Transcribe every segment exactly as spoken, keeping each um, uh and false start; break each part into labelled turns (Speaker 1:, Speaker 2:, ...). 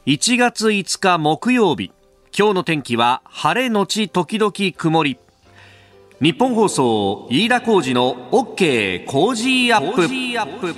Speaker 1: いちがついつか木曜日、今日の天気は晴れのち時々曇り。日本放送飯田浩司の OK 工事アップ。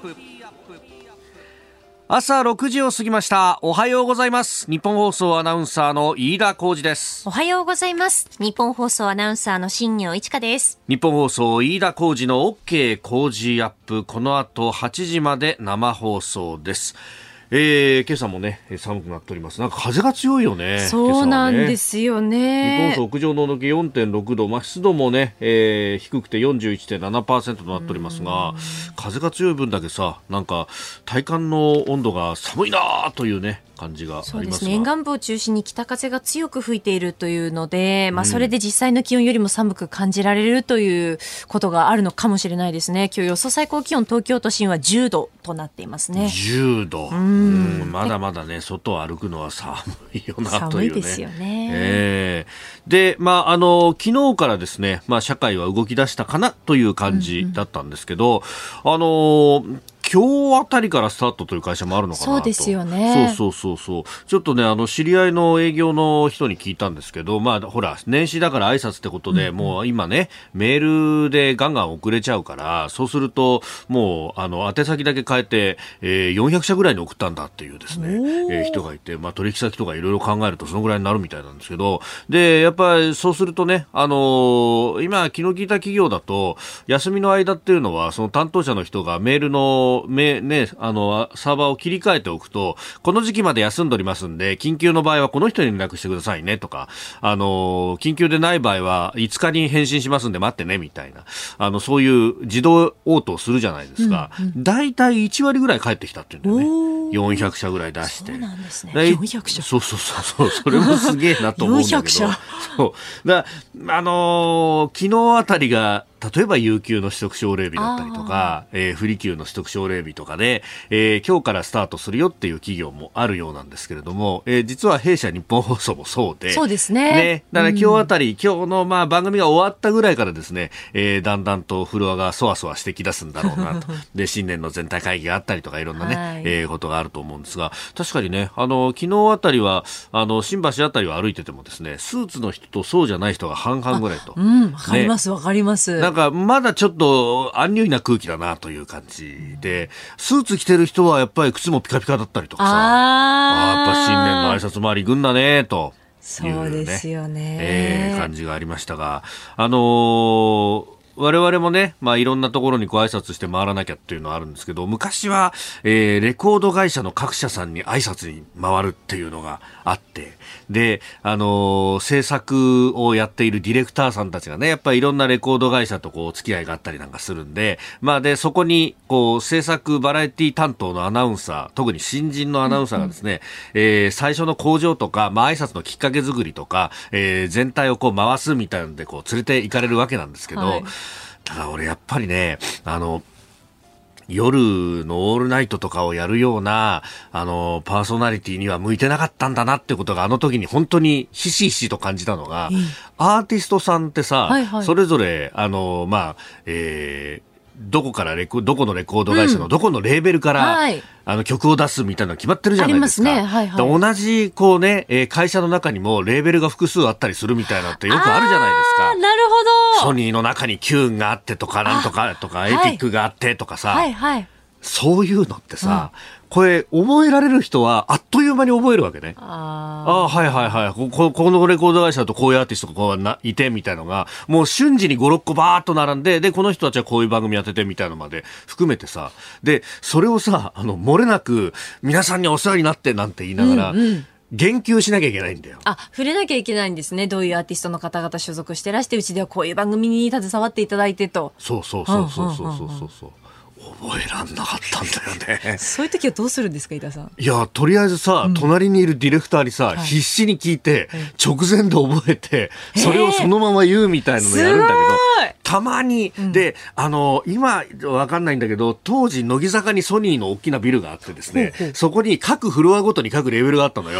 Speaker 1: 朝ろくじを過ぎました。おはようございます。日本放送アナウンサーの飯田浩司です。
Speaker 2: おはようございます。日本放送アナウンサーの新業一華です。
Speaker 1: 日本放送飯田浩司の OK 工事アップ、この後はちじまで生放送です。えー、今朝もね寒くなっております。なんか風が強いよね。
Speaker 2: そうなんですよね。
Speaker 1: 日本放送屋上の温度計 よんてんろくど、まあ、湿度もね、えー、低くて よんじゅういってんななパーセント となっておりますが、風が強い分だけさ、なんか体感の温度が寒いなというね感じがありますが、そうですね、
Speaker 2: 沿岸部を中心に北風が強く吹いているというので、まあ、それで実際の気温よりも寒く感じられるということがあるのかもしれないですね。今日予想最高気温、東京都心はじゅうどとなっていますね。
Speaker 1: じゅうど、うんうん、まだまだね外を歩くのは寒いよなというね。
Speaker 2: 寒いですよね。
Speaker 1: えー、で、まあ、あの昨日からですね、まあ、社会は動き出したかなという感じだったんですけど、うんうん、あの今日あたりからスタートという会社もあるのかなと。
Speaker 2: そうですよね。
Speaker 1: そうそうそうそう。ちょっとね、あの知り合いの営業の人に聞いたんですけど、まあほら年始だから挨拶ってことで、うんうん、もう今ねメールでガンガン送れちゃうから、そうするともうあの宛先だけ変えて、えー、よんひゃくしゃぐらいに送ったんだっていうですね、えー、人がいて、まあ取引先とかいろいろ考えるとそのぐらいになるみたいなんですけど、でやっぱりそうするとね、あのー、今昨日聞いた企業だと休みの間っていうのはその担当者の人がメールのめね、あのサーバーを切り替えておくと、この時期まで休んでおりますんで緊急の場合はこの人に連絡してくださいねとか、あの緊急でない場合はいつかに返信しますんで待ってねみたいな、あのそういう自動応答するじゃないですか。だいたいいちわりぐらい返ってきたっていうんだよね。よんひゃくしゃぐらい出して。
Speaker 2: そうなんですね。よんひゃくしゃ。
Speaker 1: そうそうそうそう、それもすげえなと思うんだけど。よんひゃくしゃ。そうだ、あのー、昨日あたりが例えば有給の取得奨励日だったりとか、えー、不利給の取得奨励日とかで、えー、今日からスタートするよっていう企業もあるようなんですけれども、えー、実は弊社日本放送もそうで、
Speaker 2: そうですね。
Speaker 1: ね、だから今日あたり、うん、今日のまあ番組が終わったぐらいからですね、えー、だんだんとフロアがそわそわしてき出すんだろうなと。で、新年の全体会議があったりとかいろんなね、はい、えー、ことがあると思うんですが、確かにね、あの昨日あたりはあの新橋あたりを歩いててもですね、スーツの人とそうじゃない人が半々ぐらいと。
Speaker 2: うん、わかりますわかります。
Speaker 1: なんかまだちょっとアンニュイな空気だなという感じで、スーツ着てる人はやっぱり靴もピカピカだったりとかさ、ああやっぱ新年の挨拶回り行くんだねという、ね、
Speaker 2: そうですよね、
Speaker 1: えー、感じがありましたが、あのー我々もね、まあ、いろんなところにご挨拶して回らなきゃっていうのはあるんですけど、昔は、えー、レコード会社の各社さんに挨拶に回るっていうのがあって、で、あのー、制作をやっているディレクターさんたちがね、やっぱりいろんなレコード会社とこう、付き合いがあったりなんかするんで、まあ、で、そこに、こう、制作バラエティ担当のアナウンサー、特に新人のアナウンサーがですね、うんうん、えー、最初の工場とか、まあ、挨拶のきっかけ作りとか、えー、全体をこう、回すみたいなので、こう、連れて行かれるわけなんですけど、はい、ただ俺やっぱりね、あの夜のオールナイトとかをやるようなあのパーソナリティには向いてなかったんだなってことがあの時に本当にひしひしと感じたのが、うん、アーティストさんってさ、はいはい、それぞれあのまあ、えーどこからレコどこのレコード会社のどこのレーベルから、うんはい、あの曲を出すみたいなの決まってるじゃないですか。ありますね。はいはい、同じこうね、えー、会社の中にもレーベルが複数あったりするみたいなのってよくあるじゃないですか。
Speaker 2: あ、なるほど。
Speaker 1: ソニーの中にキューンがあってとかなんとかとかエピックがあってとかさ、
Speaker 2: はいはいはい、
Speaker 1: そういうのってさ、うん、これ覚えられる人はあっという間に覚えるわけね。
Speaker 2: あ
Speaker 1: あ、はいはいはい、こ, このレコード会社だとこういうアーティストがこうないてみたいなのがもう瞬時にごろっこバーっと並んで、でこの人たちはこういう番組やっててみたいなのまで含めてさ、でそれをさ、あの漏れなく皆さんにお世話になってなんて言いながら、うんうん、言及しなきゃいけないんだよ。
Speaker 2: あ、触れなきゃいけないんですね。どういうアーティストの方々所属してらして、うちではこういう番組に携わっていただいてと。
Speaker 1: そうそうそうそうそうそうそうそう、覚えらんなかったんだよね。
Speaker 2: そういう時はどうするんですか、井田さん。
Speaker 1: いや、とりあえずさ、うん、隣にいるディレクターにさ、はい、必死に聞いて、はい、直前で覚えてそれをそのまま言うみたいなのやるんだけど、たまに、うん、で、あの今わかんないんだけど、当時乃木坂にソニーの大きなビルがあってですね、うんうん、そこに各フロアごとに各レベルがあったのよ。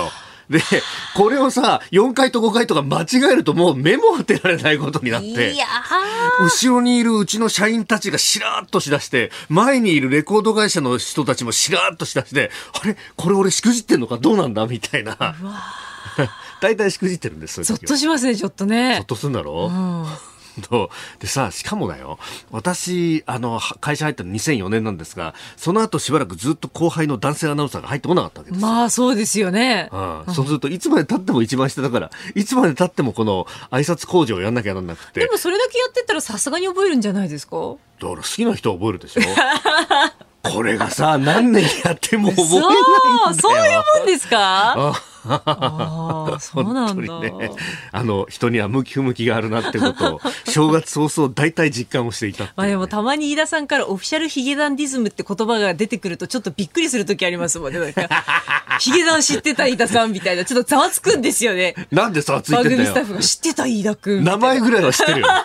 Speaker 1: で、これをさ、よんかいとごかいとか間違えるともう目も当てられないことになって、
Speaker 2: いや
Speaker 1: 後ろにいるうちの社員たちがしらーっとしだして、前にいるレコード会社の人たちもしらーっとしだして、あれこれ俺しくじってんのかどうなんだみたいな。大体しくじってるんです。
Speaker 2: ゾッとしますね、ちょっとね。
Speaker 1: ゾッとするんだろう、うんでさ、しかもだよ、私あの会社入ったのにせんよねんなんですが、その後しばらくずっと後輩の男性アナウンサーが入ってこなかったわけですよ。
Speaker 2: まあそうですよね、
Speaker 1: うんうん、そうするといつまで経っても一番下だから、いつまで経ってもこの挨拶工事をやんなきゃなんなくて。
Speaker 2: でもそれだけやってたらさすがに覚えるんじゃないですか。
Speaker 1: だから好きな人は覚えるでしょこれがさ、何年やっても覚えないんだよ。
Speaker 2: そう、そういうもんですか。
Speaker 1: あ
Speaker 2: あ、そうなんだ。
Speaker 1: ね、あの人には向き不向きがあるなってことを正月早々大体実感をしていたっていう、ね、
Speaker 2: まあでもたまに飯田さんからオフィシャルヒゲダンディズムって言葉が出てくるとちょっとびっくりする時ありますもんね。なんかヒゲダン知ってた飯田さんみたいな、ちょっとざわつくんですよね。
Speaker 1: なんでざわついてんだよ。
Speaker 2: 番組スタッフが知ってた飯田君
Speaker 1: 名前ぐらいは知ってるよ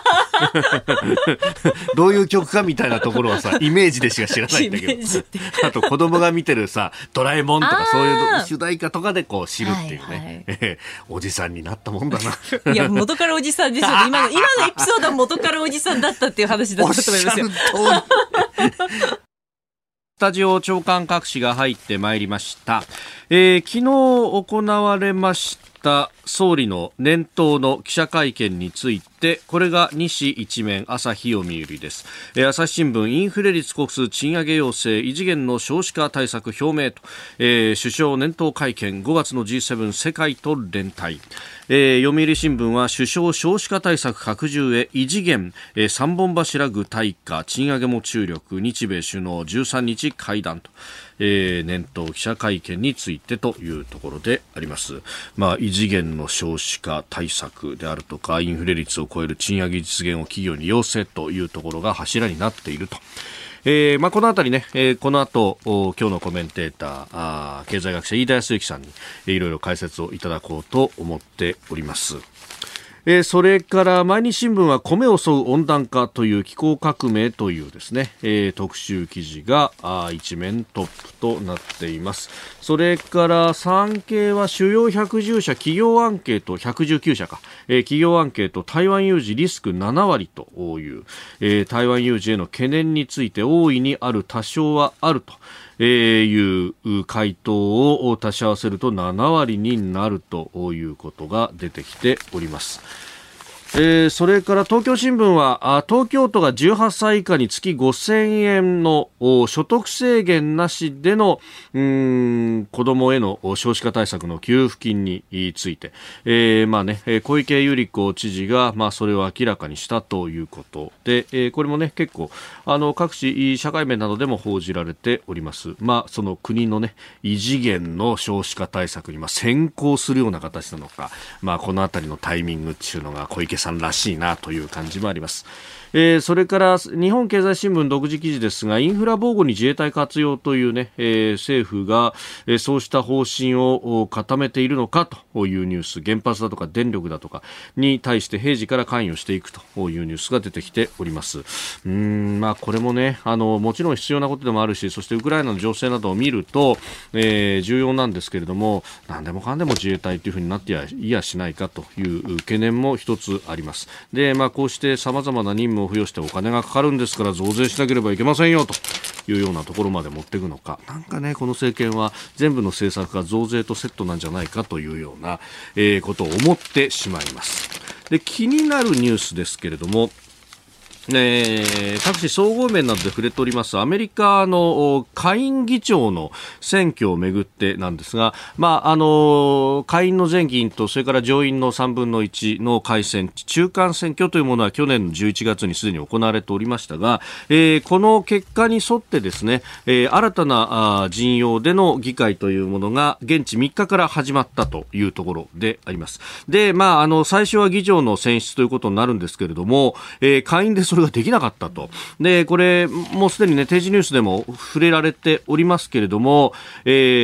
Speaker 1: どういう曲かみたいなところはさ、イメージでしか知らないんだけどあと子供が見てるさ、ドラえもんとかそういう主題歌とかでこう知るっていうね、はいはい、おじさんになったもんだな。
Speaker 2: いや、元からおじさんですよね。今の、今のエピソードは元からおじさんだったっていう話だったと思いますよ。
Speaker 1: スタジオ長官各紙が入ってまいりました。えー、昨日行われました総理の年頭の記者会見について、これが西一面朝日読売です。えー、朝日新聞、インフレ率国数賃上げ要請異次元の少子化対策表明と、えー、首相年頭会見ごがつの ジーセブン 世界と連帯。えー、読売新聞は首相少子化対策拡充へ異次元、えー、三本柱具体化賃上げも注力日米首脳じゅうさんにち会談と、えー、年頭記者会見についてというところであります。まあ、異次元の少子化対策であるとかインフレ率を超える賃上げ実現を企業に要請というところが柱になっていると。えーまあ、このあたりね、えー、この後今日のコメンテーターあー経済学者飯田康之さんに、えー、いろいろ解説をいただこうと思っております。えー、それから毎日新聞は米を襲う温暖化という気候革命というですね、えー、特集記事があ一面トップとなっています。それから産経は主要ひゃくじゅうしゃ企業アンケートひゃくじゅうきゅうしゃか、えー、企業アンケート台湾有事リスクななわりという、えー、台湾有事への懸念について大いにある多少はあるとえー、いう回答を足し合わせるとななわりになるということが出てきております。えー、それから東京新聞はあ東京都がじゅうはっさい以下に月ごせんえんの所得制限なしでのうーん子どもへの少子化対策の給付金について、えーまあね、小池百合子知事が、まあ、それを明らかにしたということで、えー、これもね結構あの各種社会面などでも報じられております。まあ、その国のね異次元の少子化対策にまあ先行するような形なのか、まあ、このあたりのタイミングっていうのが小池さんらしいなという感じもあります。えー、それから日本経済新聞独自記事ですがインフラ防護に自衛隊活用というね、えー、政府が、えー、そうした方針を固めているのかというニュース原発だとか電力だとかに対して平時から関与していくというニュースが出てきております。うーん、まあ、これもねあのもちろん必要なことでもあるしそしてウクライナの情勢などを見ると、えー、重要なんですけれども何でもかんでも自衛隊というふうになっていやしないかという懸念も一つあります。で、まあ、こうして様々な任務を付与してお金がかかるんですから増税しなければいけませんよというようなところまで持っていくのか、なんかねこの政権は全部の政策が増税とセットなんじゃないかというような、えー、ことを思ってしまいます。で、気になるニュースですけれどもえー、各種総合面などで触れておりますアメリカの下院議長の選挙をめぐってなんですが、まああの下院の全議員とそれから上院のさんぶんのいちの改選中間選挙というものは去年のじゅういちがつにすでに行われておりましたが、えー、この結果に沿ってですね、えー、新たな陣容での議会というものが現地みっかから始まったというところであります。で、まああの最初は議長の選出ということになるんですけれども、えー、下院でそれができなかったと。で、これもうすでにね定時ニュースでも触れられておりますけれども、えー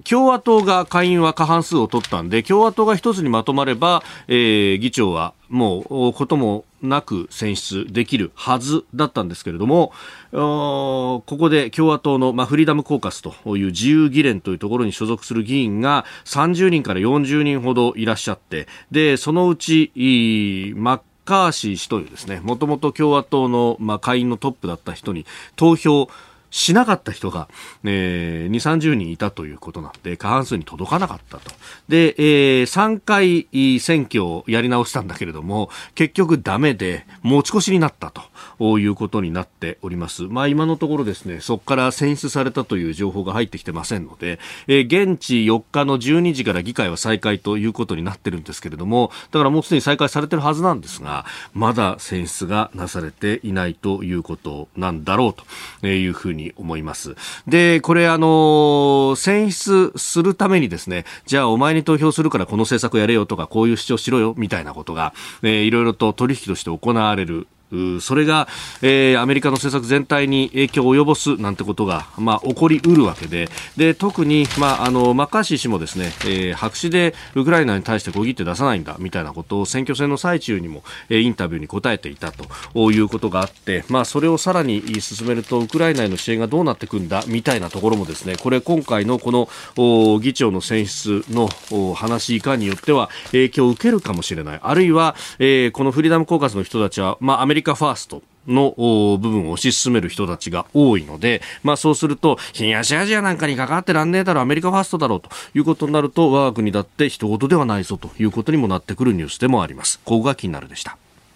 Speaker 1: 共和党が下院は過半数を取ったんで、共和党が一つにまとまれば、えー、議長はもうこともなく選出できるはずだったんですけれども、ここで共和党の、まあ、フリーダムコーカスという自由議連というところに所属する議員がさんじゅうにんからよんじゅうにんほどいらっしゃって、でそのうちマッカーシー氏というですね、もともと共和党の、まあ、下院のトップだった人に投票しなかった人が、えー、にじゅう、さんじゅうにんいたということなので、過半数に届かなかったと。で、えー、さんかい選挙をやり直したんだけれども、結局ダメで持ち越しになったということになっております。まあ今のところですね、そこから選出されたという情報が入ってきてませんので、えー、現地よっかのじゅうにじから議会は再開ということになってるんですけれども、だからもうすでに再開されてるはずなんですが、まだ選出がなされていないということなんだろうというふうにに思います。で、これあの選出するためにですね、じゃあお前に投票するからこの政策やれよとか、こういう主張しろよみたいなことが、えー、いろいろと取引として行われる。それが、えー、アメリカの政策全体に影響を及ぼすなんてことが、まあ、起こりうるわけで、で特に、まあ、あのマッカーシー氏もですね、えー、白紙でウクライナに対して小切手出さないんだみたいなことを選挙戦の最中にも、えー、インタビューに答えていたということがあって、まあ、それをさらに進めるとウクライナへの支援がどうなっていくんだみたいなところもですね、これ今回のこの議長の選出の話いかんによっては影響を受けるかもしれない。あるいは、えー、このフリーダムコーカスの人たちは、まあ、アメリカアメリカファーストの部分を推し進める人たちが多いので、まあ、そうすると東アジアなんかに関わってらんねえだろ、アメリカファーストだろうということになると、我が国だって人事ではないぞということにもなってくるニュースでもあります。ここが気になるでした。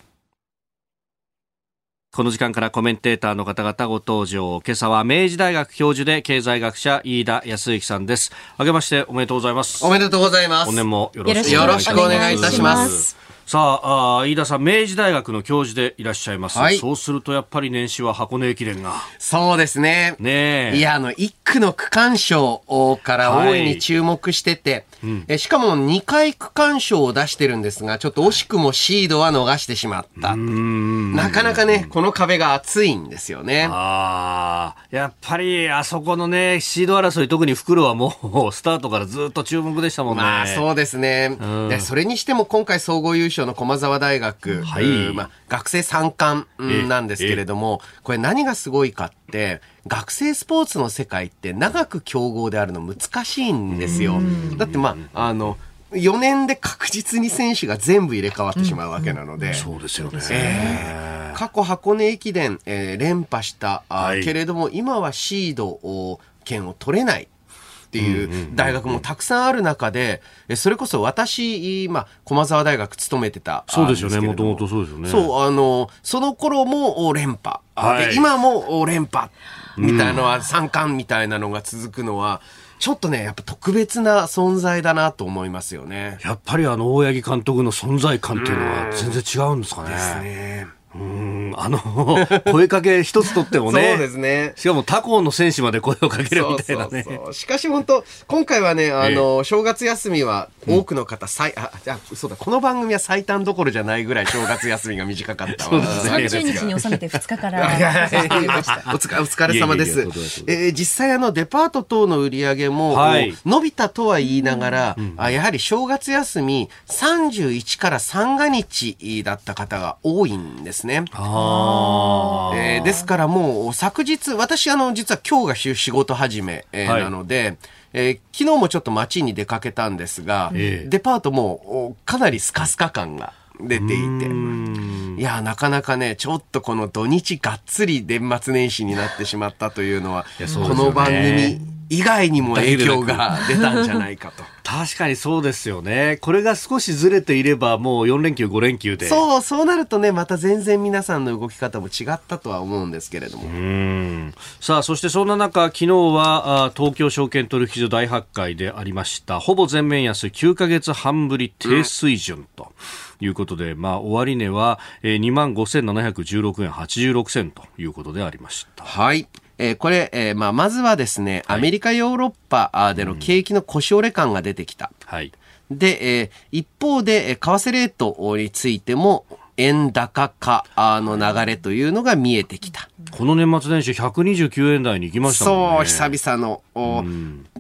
Speaker 1: この時間からコメンテーターの方々ご登場。今朝は明治大学教授で経済学者飯田康之さんです。あげましておめでとうございます。
Speaker 3: おめでとうございます。
Speaker 1: 本年もよろしく
Speaker 3: お願いいたします。
Speaker 1: さあ、あ飯田さん、明治大学の教授でいらっしゃいます、はい、そうするとやっぱり年始は箱根駅伝が。
Speaker 3: そうですね。
Speaker 1: ねえ。
Speaker 3: いや、あのいっ区の区間賞から大いに注目してて、はいうん、えしかもにかい区間賞を出してるんですが、ちょっと惜しくもシードは逃してしまった。うーんなかなかね、この壁が厚いんですよね。
Speaker 1: あやっぱりあそこのね、シード争い、特に袋はもうスタートからずっと注目でしたもんね。
Speaker 3: まあそうですね。でそれにしても今回総合優勝の駒澤大学、はいまあ、学生三冠なんですけれども、これ何がすごいかって学生スポーツの世界って長く強豪であるの難しいんですよ。だってまああのよねんで確実に選手が全部入れ替わってしまうわけなので、うんうん、
Speaker 1: そうですよね、
Speaker 3: えー、過去箱根駅伝、えー、連覇した、はい、けれども今はシード権を取れないっていう大学もたくさんある中で、それこそ私、まあ、駒澤大学勤めてた
Speaker 1: そうですよね、もともとそうですよね。
Speaker 3: そうあのその頃も連覇、はい、で今も連覇みたいなのは、うん、三冠みたいなのが続くのはちょっとね、やっぱ特別な存在だなと思いますよね。
Speaker 1: やっぱりあの大八木監督の存在感っていうのは全然違うんですかね。
Speaker 3: ですね。
Speaker 1: うーんあの声かけ一つとってもね
Speaker 3: そうですね。
Speaker 1: しかも他校の選手まで声をかけるみたいなね。
Speaker 3: そうそうそう。しかし本当今回はね、あの、ええ、正月休みは多くの方、うん、ああそうだこの番組は最短どころじゃないぐらい正月休みが短かったわ。
Speaker 2: さんじゅうにちに収めてふつかからお
Speaker 3: 疲れ様です。えー、実際あのデパート等の売り上げも、はい、伸びたとは言いながら、うん、あやはり正月休みさんじゅういちから三が日だった方が多いんですね。あえー、ですからもう昨日私あの実は今日が仕事始め、えーはい、なので、えー、昨日もちょっと街に出かけたんですが、えー、デパートもかなりスカスカ感が出ていて、いやなかなかねちょっとこの土日がっつり年末年始になってしまったというのは、この番組以外にも影響が出たんじゃないかと。
Speaker 1: 確かにそうですよね。これが少しずれていればもうよん連休ご連休で、
Speaker 3: そうそうなるとねまた全然皆さんの動き方も違ったとは思うんですけれども。うー
Speaker 1: んさあそしてそんな中、昨日はあ東京証券取引所大発会でありましたほぼ全面安きゅうかげつはんぶり低水準ということで、うんまあ、終値は、えー、にまんごせんななひゃくじゅうろくえんはちじゅうろくせんということでありました。
Speaker 3: はいえー、これ、えーまあ、まずはですね、はい、アメリカヨーロッパでの景気の腰折れ感が出てきた、うんはい、で、えー、一方で為替レートについても円高化の流れというのが見えてきた。
Speaker 1: この年末年始ひゃくにじゅうきゅうえん台に行きましたもんね。
Speaker 3: そう久々の、うん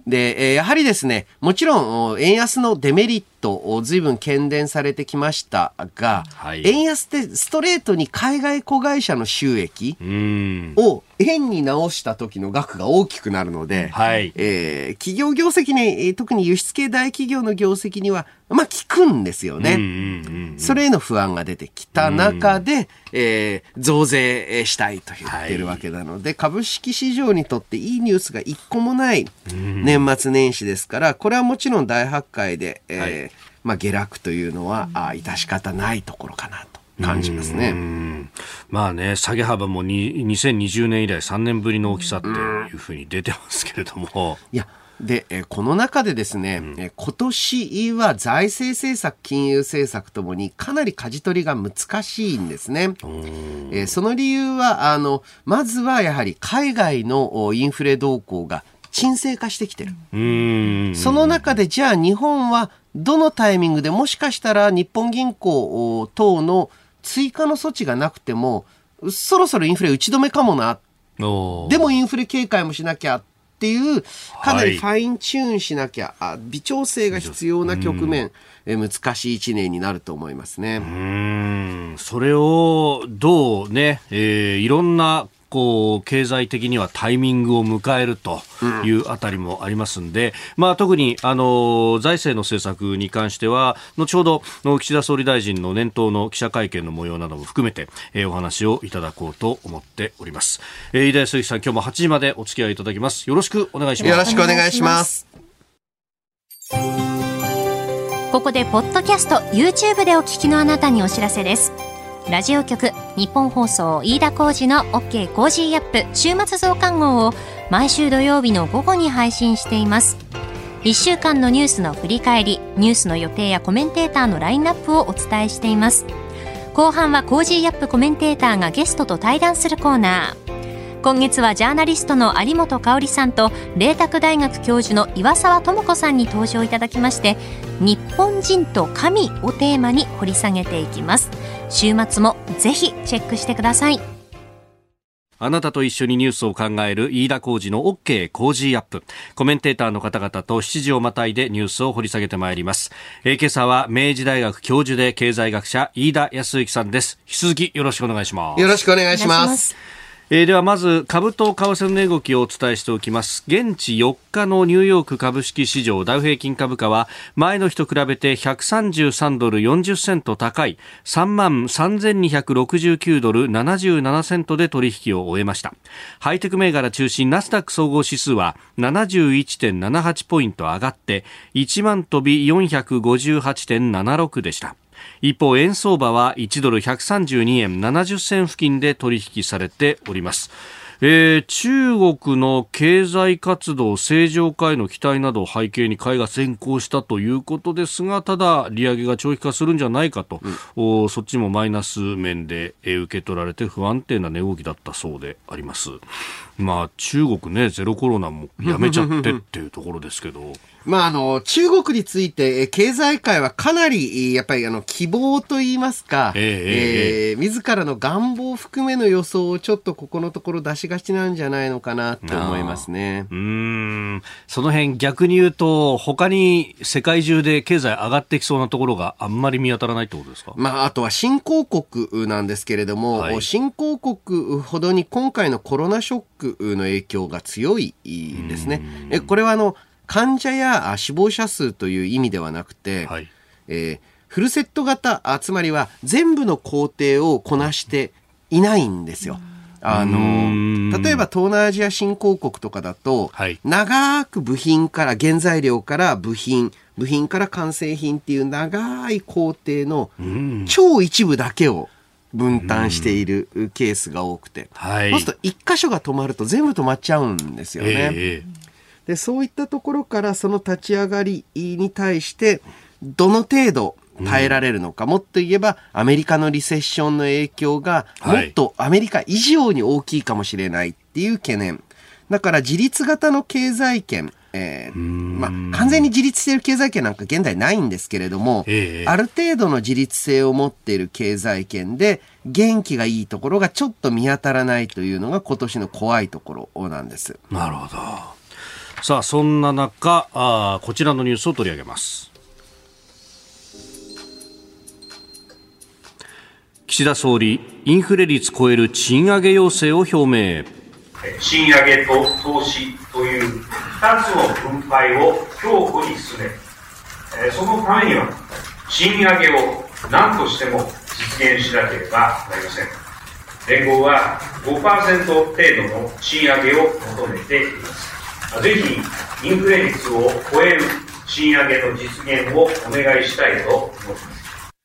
Speaker 3: で、えー、やはりですね、もちろん円安のデメリットを随分懸念されてきましたが、はい、円安ってストレートに海外子会社の収益を円に直した時の額が大きくなるので、はい、えー、企業業績に、特に輸出系大企業の業績にはまあ効くんですよね、うんうんうんうん、それへの不安が出てきた中で、えー、増税したいと言ってるわけなので、はい、株式市場にとっていいニュースが一個もない年末年始ですから、これはもちろん大発会で、えーはい、まあ、下落というのは、あ、致し方ないところかなと感じますね。
Speaker 1: うん、まあね、下げ幅もににせんにじゅうねん以来さんねんぶりの大きさっていうふうに出てますけれども、
Speaker 3: いやで、えこの中でですね、うん、え今年は財政政策、金融政策ともにかなり舵取りが難しいんですね。えその理由はあのまずはやはり海外のインフレ動向が沈静化してきてる。うーん、その中でじゃあ日本はどのタイミングでもしかしたら日本銀行等の追加の措置がなくてもそろそろインフレ打ち止めかもな、でもインフレ警戒もしなきゃっていうかなりファインチューンしなきゃ、はい、微調整が必要な局面、え難しいいちねんになると思いますね。
Speaker 1: うーん、それをどうね、えー、いろんなこう経済的にはタイミングを迎えるというあたりもありますんで、うん、まあ、特にあの財政の政策に関しては後ほどの岸田総理大臣の年頭の記者会見の模様なども含めて、えー、お話をいただこうと思っております。えー、飯田康之さん、今日もはちじまでお付き合いいただきます。よろしくお願いします。
Speaker 3: よろしくお願いします。
Speaker 2: ここでポッドキャスト YouTube でお聞きのあなたにお知らせです。ラジオ局日本放送飯田浩司の OK コージーアップ週末増刊号を毎週土曜日の午後に配信しています。いっしゅうかんのニュースの振り返り、ニュースの予定やコメンテーターのラインナップをお伝えしています。後半はコージーアップコメンテーターがゲストと対談するコーナー。今月はジャーナリストの有本香里さんと麗澤大学教授の岩沢智子さんに登場いただきまして、日本人と神をテーマに掘り下げていきます。週末もぜひチェックしてください。
Speaker 1: あなたと一緒にニュースを考える飯田浩司の OK コージーアップ。コメンテーターの方々としちじをまたいでニュースを掘り下げてまいります。えー、今朝は明治大学教授で経済学者飯田康之さんです。引き続きよろしくお願いします。
Speaker 3: よろしくお願いします。
Speaker 1: えー、ではまず株と為替の値動きをお伝えしておきます。現地よっかのニューヨーク株式市場ダウ平均株価は前の日と比べてひゃくさんじゅうさんドルよんじゅっセント高い さんまんさんぜんにひゃくろくじゅうきゅうドルななじゅうななセントで取引を終えました。ハイテク銘柄中心ナスダック総合指数は ななじゅういってんななはち ポイント上がっていちまん飛びよんひゃくごじゅうはちてんななろくでした。一方円相場はいちドルひゃくさんじゅうにえんななじゅっせん付近で取引されております。えー、中国の経済活動正常化への期待などを背景に買いが先行したということですが、ただ利上げが長期化するんじゃないかと、うん、そっちもマイナス面で、えー、受け取られて不安定な値動きだったそうであります。まあ中国ね、ゼロコロナもやめちゃってっていうところですけど
Speaker 3: まあ、あの中国について経済界はかなりやっぱりあの希望といいますか、えーえー、自らの願望を含めの予想をちょっとここのところ出しがちなんじゃないのかなと思いますね。
Speaker 1: うーん、その辺逆に言うと他に世界中で経済上がってきそうなところがあんまり見当たらないってことですか。
Speaker 3: まあ、あとは新興国なんですけれども、はい、新興国ほどに今回のコロナショックの影響が強いですね。えこれはあの患者や死亡者数という意味ではなくて、はい、えー、フルセット型、あつまりは全部の工程をこなしていないんですよ。あの例えば東南アジア新興国とかだと、はい、長く部品から原材料から部品部品から完成品っていう長い工程の超一部だけを分担しているケースが多くて、はい、そうすると一箇所が止まると全部止まっちゃうんですよね。えーでそういったところからその立ち上がりに対してどの程度耐えられるのか、うん、もっと言えばアメリカのリセッションの影響がもっとアメリカ以上に大きいかもしれないっていう懸念だから、自立型の経済圏、えーまあ、完全に自立している経済圏なんか現在ないんですけれども、えー、ある程度の自立性を持っている経済圏で元気がいいところがちょっと見当たらないというのが今年の怖いところなんです。
Speaker 1: なるほど。 さあそんな中あこちらのニュースを取り上げます。岸田総理、インフレ率超える賃上げ要請を表明。
Speaker 4: 賃上げと投資というふたつの分配を強固に進め、そのためには賃上げを何としても実現しなければなりません。連合は ごパーセント 程度の賃上げを求めています。ぜひインフレ率を超える賃上げの実現をお願いしたいと思います。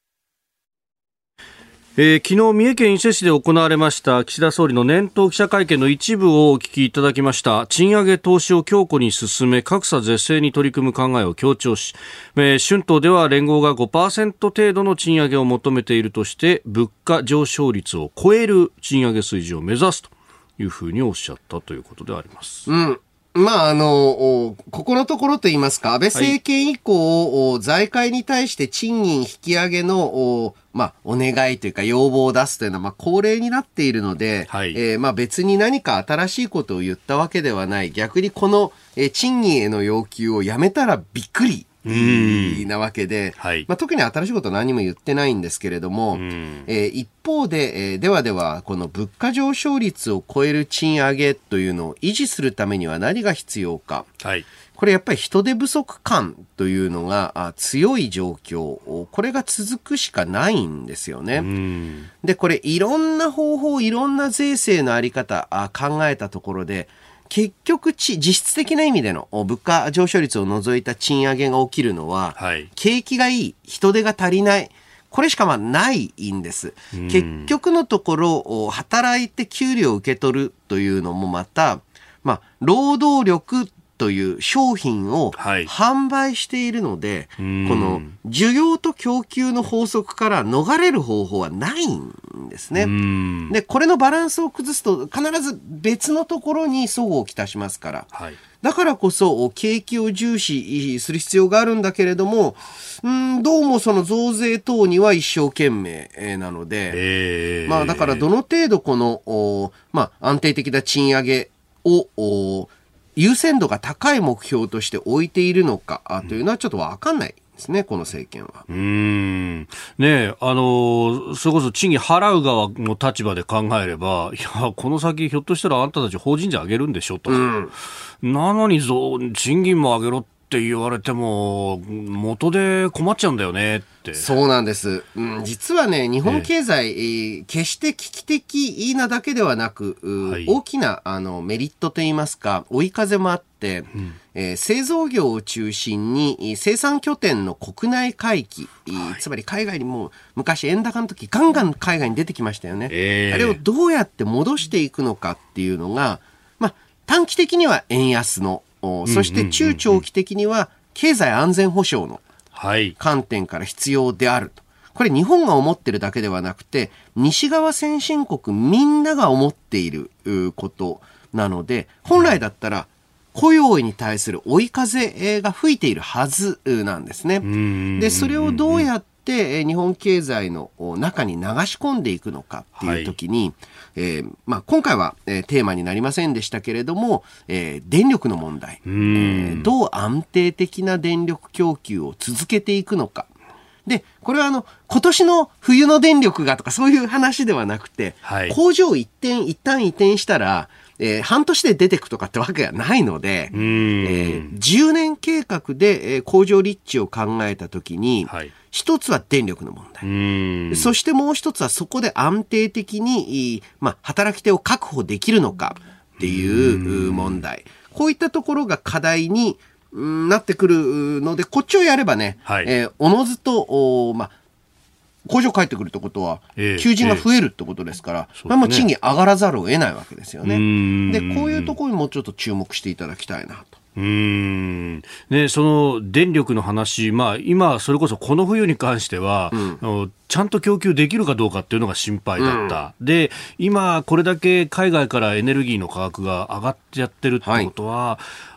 Speaker 1: えー、昨日三重県伊勢市で行われました岸田総理の年頭記者会見の一部をお聞きいただきました。賃上げ投資を強固に進め格差是正に取り組む考えを強調し、えー、春闘では連合が ごパーセント 程度の賃上げを求めているとして物価上昇率を超える賃上げ水準を目指すというふうにおっしゃったということであります。
Speaker 3: うん。まあ、あの、ここのところといいますか、安倍政権以降、はい、財界に対して賃金引き上げの、まあ、お願いというか要望を出すというのは、まあ、恒例になっているので、はい、えー、まあ、別に何か新しいことを言ったわけではない。逆にこの、えー、賃金への要求をやめたらびっくり。なわけで、はい、まあ、特に新しいことは何も言ってないんですけれども、えー、一方で、えー、ではではこの物価上昇率を超える賃上げというのを維持するためには何が必要か、はい、これやっぱり人手不足感というのが強い状況、これが続くしかないんですよね。でこれいろんな方法、いろんな税制のあり方あ考えたところで結局実質的な意味での物価上昇率を除いた賃上げが起きるのは、はい、景気がいい、人手が足りない、これしかまあないんです。結局のところ働いて給料を受け取るというのもまた、まあ、労働力という商品を販売しているので、はい、この需要と供給の法則から逃れる方法はないんですね。で、これのバランスを崩すと必ず別のところに齟齬をきたしますから、はい、だからこそ景気を重視する必要があるんだけれども、うんどうもその増税等には一生懸命なので、えー、まあだからどの程度このまあ安定的な賃上げを優先度が高い目標として置いているのかというのはちょっと分かんないですね、この政権は。
Speaker 1: うーんねえ、あのそれこそ賃金払う側の立場で考えれば、いやこの先ひょっとしたらあんたたち法人税上げるんでしょと、うん、なのにぞ賃金も上げろって言われても元で困っちゃうんだよねって。
Speaker 3: そうなんです、うん、実はね日本経済、えー、決して危機的なだけではなく、はい、大きなあのメリットといいますか追い風もあって、うんえー、製造業を中心に生産拠点の国内回帰、はい、つまり海外にも昔円高の時ガンガン海外に出てきましたよね、えー、あれをどうやって戻していくのかっていうのが、まあ、短期的には円安のそして中長期的には経済安全保障の観点から必要であると。これ日本が思ってるだけではなくて西側先進国みんなが思っていることなので、本来だったら雇用に対する追い風が吹いているはずなんですね。でそれをどうやって日本経済の中に流し込んでいくのかっていう時に、はいえーまあ、今回は、えー、テーマになりませんでしたけれども、えー、電力の問題、えー、どう安定的な電力供給を続けていくのか。でこれはあの今年の冬の電力がとかそういう話ではなくて、はい、工場一点一旦移転したらえー、半年で出てくとかってわけがないので、えー、じゅうねん計画で、えー、工場立地を考えたときに、はい、一つは電力の問題、そしてもう一つはそこで安定的に、まあ、働き手を確保できるのかっていう問題、こういったところが課題になってくるので、こっちをやればね、はいえー、おのずとお、まあ工場帰ってくるってことは、求人が増えるってことですから、えーえーまあ、もう賃金上がらざるを得ないわけですよね。で、こういうところにもうちょっと注目していただきたいなと。
Speaker 1: うーんね、その電力の話、まあ、今それこそこの冬に関しては、うん、ちゃんと供給できるかどうかっていうのが心配だった、うん、で今これだけ海外からエネルギーの価格が上がっちゃってるってことは、はい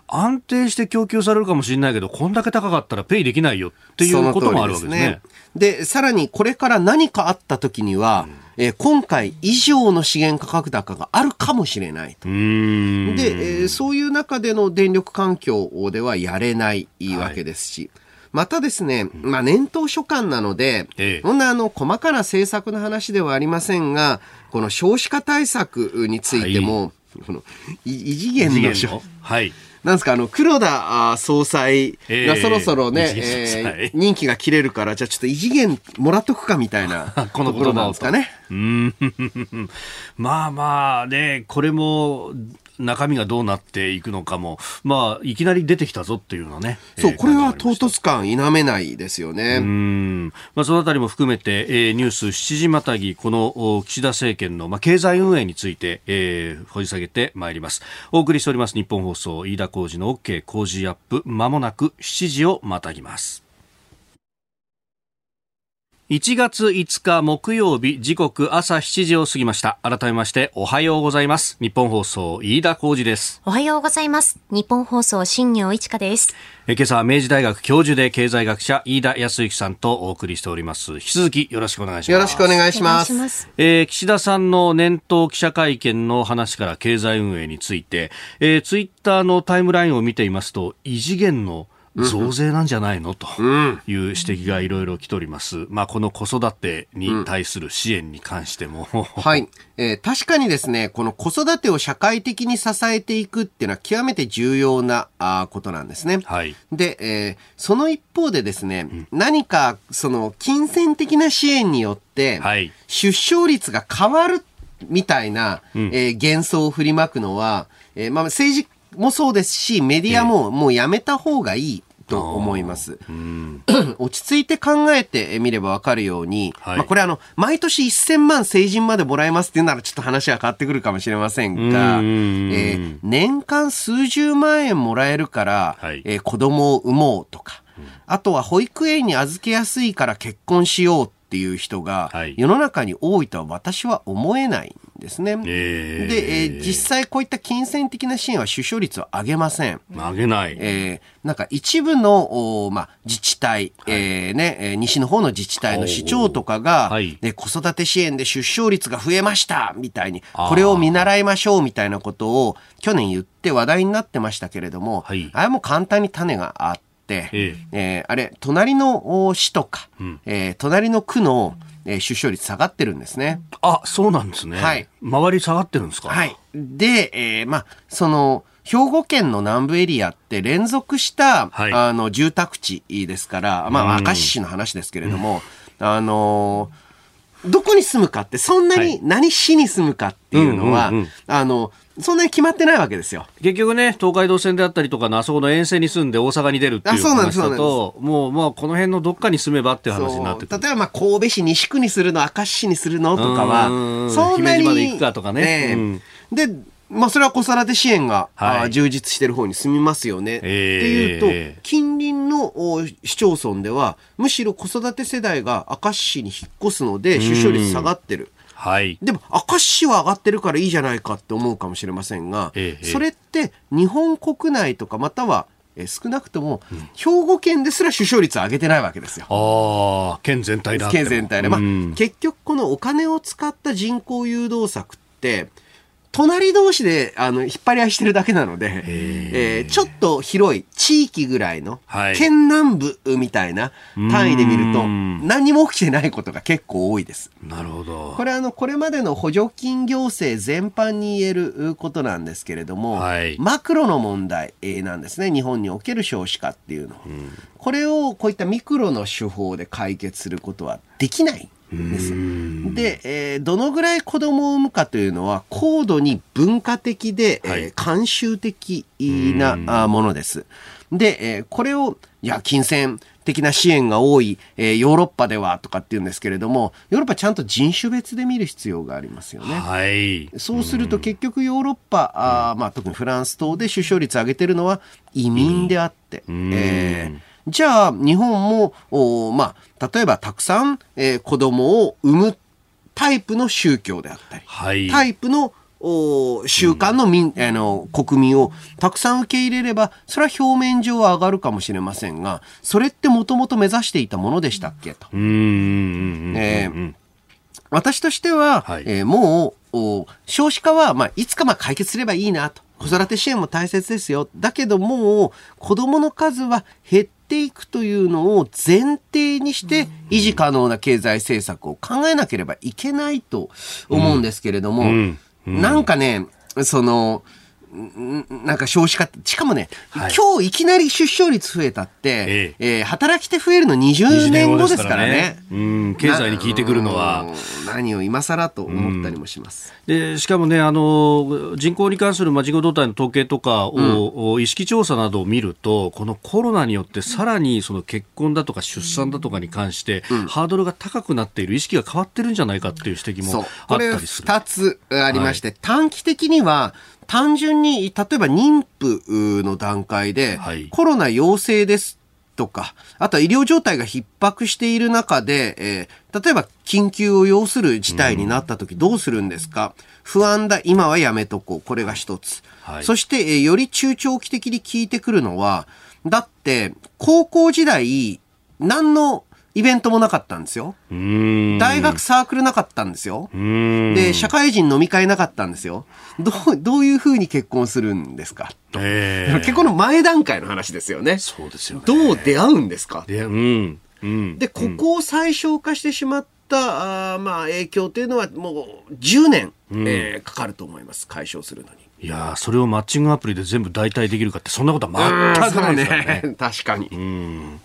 Speaker 1: 安定して供給されるかもしれないけど、こんだけ高かったらペイできないよっていうこともあるわけですね。
Speaker 3: で、さらにこれから何かあった時には、うん、えー、今回以上の資源価格高があるかもしれないと。うーんで、えー、そういう中での電力環境ではやれないわけですし、はい、またですね、まあ、年頭所管なので、ええ、こんなあの細かな政策の話ではありませんが、この少子化対策についても、はい、この異次元の、のはい、なんですか、あの黒田総裁がそろそろね、えーえー、任期が切れるから、じゃあちょっと異次元もらっとくかみたいなこのところなんですかね。
Speaker 1: うーんまあまあね、これも中身がどうなっていくのかも、まあ、いきなり出てきたぞっていうのはね。
Speaker 3: そう、えー、これは唐突感否めないですよね。
Speaker 1: うん。まあ、そのあたりも含めて、えー、ニュースしちじまたぎ、この岸田政権の、まあ、経済運営について、えー、掘り下げてまいります。お送りしております日本放送、飯田浩司の OK 工事アップ、まもなくしちじをまたぎます。いちがついつか木曜日、時刻朝しちじを過ぎました。改めましておはようございます。日本放送飯田浩司です。
Speaker 2: おはようございます。日本放送新業一華です。
Speaker 1: え今朝は明治大学教授で経済学者飯田康之さんとお送りしております。引き続きよろしくお願いします。
Speaker 3: よろしくお願いします。
Speaker 1: えー、岸田さんの年頭記者会見の話から経済運営について、えー、ツイッターのタイムラインを見ていますと、異次元の増税なんじゃないのという指摘がいろいろ来ております。まあ、この子育てに対する支援に関しても、うん、
Speaker 3: はい、えー、確かにですね、この子育てを社会的に支えていくっていうのは極めて重要なあことなんですね。はい、で、えー、その一方でですね、うん、何かその金銭的な支援によって出生率が変わるみたいな、うん、えー、幻想を振りまくのは、えーまあ、政治もそうですし、メディアももうやめた方がいいと思います。うん、落ち着いて考えてみればわかるように、はい、まあ、これあの毎年せんまん成人までもらえますっていうならちょっと話は変わってくるかもしれませんが、うん、えー、年間数十万円もらえるから、はい、えー、子供を産もうとか、うん、あとは保育園に預けやすいから結婚しようっていう人が世の中に多いとは私は思えないんですね。えー、で、えー、実際こういった金銭的な支援は出生率を上げません。
Speaker 1: 上げない。
Speaker 3: えー、なんか一部の、まあ、自治体、はい、えーね、西の方の自治体の市長とかが、はい、で子育て支援で出生率が増えましたみたいに、これを見習いましょうみたいなことを去年言って話題になってましたけれども、はい、あれも簡単に種があって、えええー、あれ隣の市とか、うん、えー、隣の区の、えー、出生率下がってるんですね。
Speaker 1: あ、そうなんですね。はい。周り下がってるんですか。
Speaker 3: はい。で、えー、まあその兵庫県の南部エリアって連続した、はい、あの住宅地ですから、まあ明石市の話ですけれども、うん、あのー、どこに住むかってそんなに何市に住むかっていうのは、はい、うんうんうん、あのそんなに決まってないわけですよ。
Speaker 1: 結局ね、東海道線であったりとかのあそこの沿線に住んで大阪に出るっていう話だと、もう、まあ、この辺のどっかに住めばっていう話になってくる。
Speaker 3: 例えば、まあ、神戸市西区にするの、明石市にするのとかは、そんなに。
Speaker 1: 姫路まで行くかとかね。
Speaker 3: うん、で、まあ、それは子育て支援が、はい、充実してる方に住みますよね。えー、っていうと、近隣の市町村では、むしろ子育て世代が明石市に引っ越すので、出生率下がってる。はい、でも明石市は上がってるからいいじゃないかって思うかもしれませんが、ええ、それって日本国内とかまたはえ少なくとも兵庫県ですら出生率を上げてないわけですよ。
Speaker 1: ああ、県全体だっても。
Speaker 3: 県全体で、まあ、結局このお金を使った人口誘導策って隣同士であの引っ張り合いしてるだけなので、えー、ちょっと広い地域ぐらいの、はい、県南部みたいな単位で見ると何も起きてないことが結構多いです。
Speaker 1: なるほど。
Speaker 3: これはあのこれまでの補助金行政全般に言えることなんですけれども、はい、マクロの問題なんですね。日本における少子化っていうの、うん、これをこういったミクロの手法で解決することはできないです。で、えー、どのぐらい子供を産むかというのは高度に文化的で、はい、えー、慣習的なものです。で、えー、これをいや金銭的な支援が多い、えー、ヨーロッパではとかっていうんですけれども、ヨーロッパちゃんと人種別で見る必要がありますよね。はい、そうすると結局ヨーロッパ、あ、まあ、特にフランス等で出生率上げてるのは移民であって、えーじゃあ日本もお、まあ、例えばたくさん、えー、子供を産むタイプの宗教であったり、はい、タイプの習慣の民、あの国民をたくさん受け入れれば、それは表面上は上がるかもしれませんが、それってもともと目指していたものでしたっけと。私としては、はい、えー、もう少子化は、まあ、いつかまあ解決すればいいなと。子育て支援も大切ですよ。だけどもう子供の数は減っていくというのを前提にして維持可能な経済政策を考えなければいけないと思うんですけれども、うんうんうん、なんかね、そのなんか少子化、しかもね、はい、今日いきなり出生率増えたって、えええー、働き手増えるのにじゅうねんごですからね。
Speaker 1: うん、経済に効いてくるのは
Speaker 3: 何を今更と思ったりもします。
Speaker 1: うん、でしかもね、あの人口に関する、まあ、人口動態の統計とかを、うん、意識調査などを見ると、このコロナによってさらにその結婚だとか出産だとかに関して、うん、ハードルが高くなっている、意識が変わってるんじゃないかっていう指摘もあったりする。
Speaker 3: これふたつありまして、はい、短期的には単純に、例えば妊婦の段階で、はい、コロナ陽性ですとか、あとは医療状態が逼迫している中で、えー、例えば緊急を要する事態になったときどうするんですか、うん、不安だ、今はやめとこう。これが一つ。はい、そして、えー、より中長期的に効いてくるのは、だって、高校時代、何のイベントもなかったんですよ。大学サークルなかったんですよ。で、社会人飲み会なかったんですよ。どう、どういうふうに結婚するんですか、えー、結婚の前段階の話ですよね。
Speaker 1: そうですよね。
Speaker 3: どう出会うんですか、
Speaker 1: うんうん、
Speaker 3: で、ここを最小化してしまった、あまあ影響というのはもうじゅうねん、うんえー、かかると思います。解消するのに。
Speaker 1: いやそれをマッチングアプリで全部代替できるかって、そんなことは全くないですからね。
Speaker 3: ね確かに。
Speaker 1: うん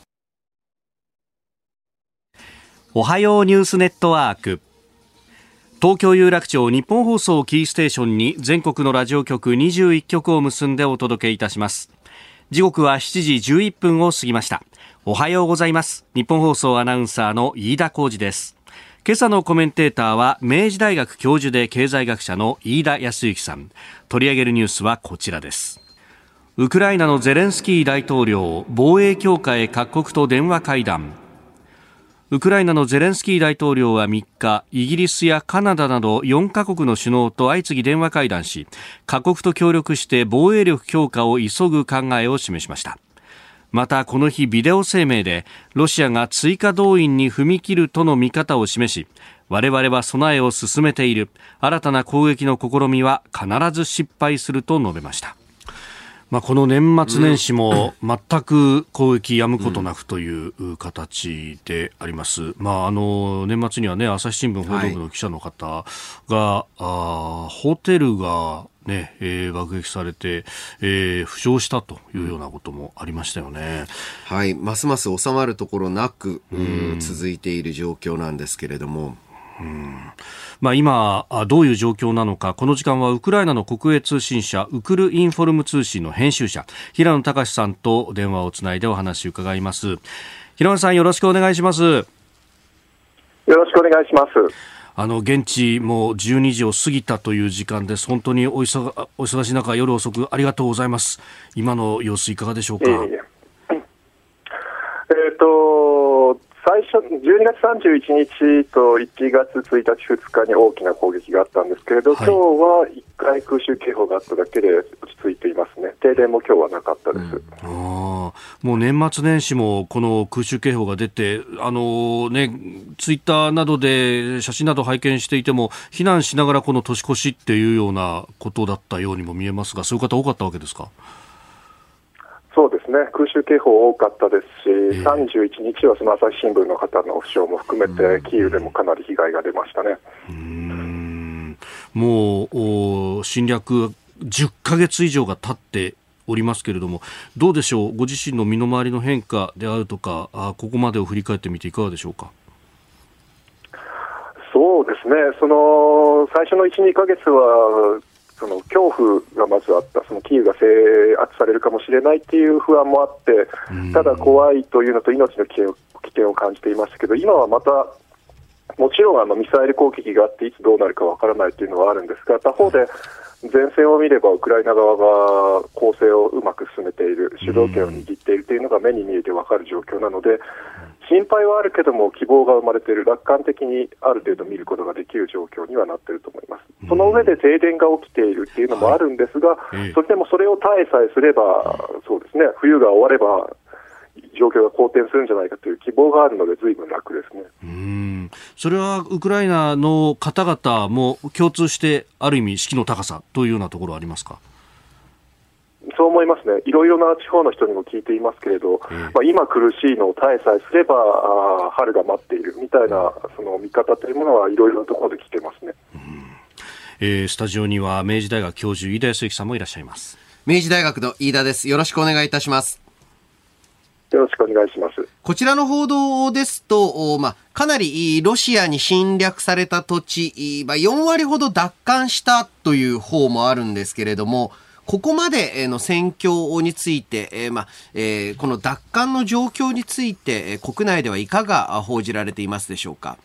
Speaker 1: おはようニュースネットワーク、東京有楽町日本放送キーステーションに全国のラジオ局にじゅういっきょくを結んでお届けいたします。時刻はしちじじゅういっぷんを過ぎました。おはようございます。日本放送アナウンサーの飯田浩司です。今朝のコメンテーターは明治大学教授で経済学者の飯田康之さん。取り上げるニュースはこちらです。ウクライナのゼレンスキー大統領、防衛強化へ各国と電話会談。ウクライナのゼレンスキー大統領はみっか、イギリスやカナダなどよんかこくの首脳と相次ぎ電話会談し、各国と協力して防衛力強化を急ぐ考えを示しました。またこの日ビデオ声明で、ロシアが追加動員に踏み切るとの見方を示し、我々は備えを進めている、新たな攻撃の試みは必ず失敗すると述べました。まあ、この年末年始も全く攻撃やむことなくという形であります。まあ、あの年末にはね、朝日新聞報道部の記者の方が、はい、あホテルがね、えー、爆撃されて、えー、負傷したというようなこともありましたよね。
Speaker 3: はい、ますます収まるところなく、うん、続いている状況なんですけれども、
Speaker 1: うんまあ、今どういう状況なのか、この時間はウクライナの国営通信社ウクルインフォルム通信の編集者平野隆さんと電話をつないでお話を伺います。平野さん、よろしくお願いします。よ
Speaker 5: ろしくお願いします。
Speaker 1: あの現地もじゅうにじを過ぎたという時間です。本当にお忙、お忙しい中、夜遅くありがとうございます。今の様子いかがでしょうか。えー、
Speaker 5: えー、と最初じゅうにがつさんじゅういちにちといちがつついたちふつかに大きな攻撃があったんですけれど、はい、今日はいっかい空襲警報があっただけで落ち着いていますね。停電も今日はなかったです。うん、
Speaker 1: あもう年末年始もこの空襲警報が出て、あのね、ツイッターなどで写真など拝見していても、避難しながらこの年越しっていうようなことだったようにも見えますが、そういう方多かったわけですか。
Speaker 5: そうですね、空襲警報多かったですし、えー、さんじゅういちにちはその朝日新聞の方の負傷も含めてキーウでもかなり被害が出ましたね。
Speaker 1: うーんもう侵略じゅっかげつ以上が経っておりますけれども、どうでしょう、ご自身の身の回りの変化であるとか、あここまでを振り返ってみていかがでしょうか。
Speaker 5: そうですね、その最初の いち、にかげつはその恐怖がまずあった。そのキーウが制圧されるかもしれないっていう不安もあって、ただ怖いというのと命の危険を、危険を感じていましたけど、今はまたもちろんあのミサイル攻撃があっていつどうなるかわからないというのはあるんですが、他方で前線を見ればウクライナ側が攻勢をうまく進めている、主導権を握っているというのが目に見えてわかる状況なので、 心配はあるけども希望が生まれている、楽観的にある程度見ることができる状況にはなっていると思います。その上で停電が起きているっていうのもあるんですが、はい、それでもそれを耐えさえすれば、そうですね、冬が終われば状況が好転するんじゃないかという希望があるので随分楽ですね。
Speaker 1: うーん、それはウクライナの方々も共通してある意味士気の高さというようなところはありますか？
Speaker 5: そう思いますね。いろいろな地方の人にも聞いていますけれど、えーまあ、今苦しいのを耐えさえすればあ春が待っているみたいなその見方というものはいろいろなところで聞いてますね。
Speaker 1: うん、えー、スタジオには明治大学教授飯田康之さんもいらっしゃいます。
Speaker 3: 明治大学の飯田です。よろしくお願いいたします。
Speaker 5: よろしくお願いします。
Speaker 3: こちらの報道ですと、まあ、かなりロシアに侵略された土地、まあ、よんわりほど奪還したという方もあるんですけれども、ここまでの戦況について、えーまあえー、この奪還の状況について国内ではいかが報じられていますでしょうか？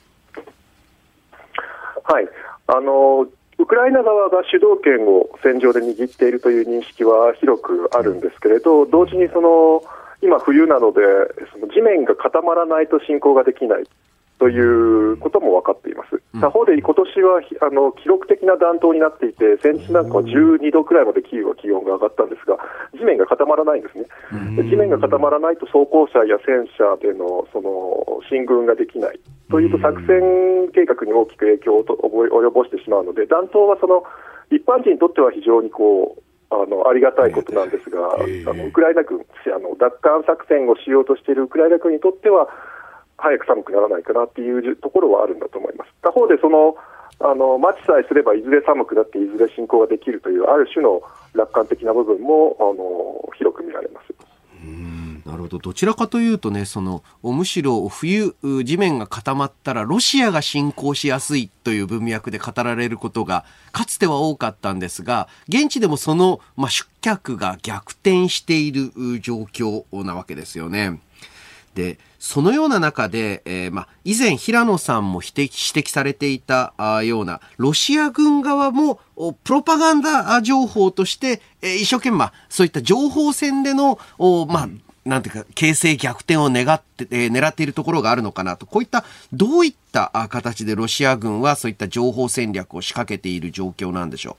Speaker 5: はい、あのウクライナ側が主導権を戦場で握っているという認識は広くあるんですけれど、同時にその今冬なのでその地面が固まらないと侵攻ができないということも分かっています。他方で今年はあの記録的な暖冬になっていて、先日なんかはじゅうにどくらいまでキーウは気温が上がったんですが、地面が固まらないんですね。地面が固まらないと装甲車や戦車でのその進軍ができないというと作戦計画に大きく影響を及ぼしてしまうので、暖冬はその一般人にとっては非常にこうあのありがたいことなんですが、あのウクライナ軍あの奪還作戦をしようとしているウクライナ軍にとっては早く寒くならないかなっていうところはあるんだと思います。他方でそのあの待ちさえすればいずれ寒くなっていずれ侵攻ができるというある種の楽観的な部分もあの広く見られます。
Speaker 3: うーん、なるほど。どちらかというとね、そのむしろ冬地面が固まったらロシアが侵攻しやすいという文脈で語られることがかつては多かったんですが、現地でもその、まあ、出脚が逆転している状況なわけですよね。で、そのような中で、えーまあ、以前平野さんも指摘、指摘されていたあようなロシア軍側もプロパガンダ情報として、えー、一生懸命、まあ、そういった情報戦での、まあ、なんていうか形勢逆転を願って、えー、狙っているところがあるのかなと。こういったどういった形でロシア軍はそういった情報戦略を仕掛けている状況なんでしょう？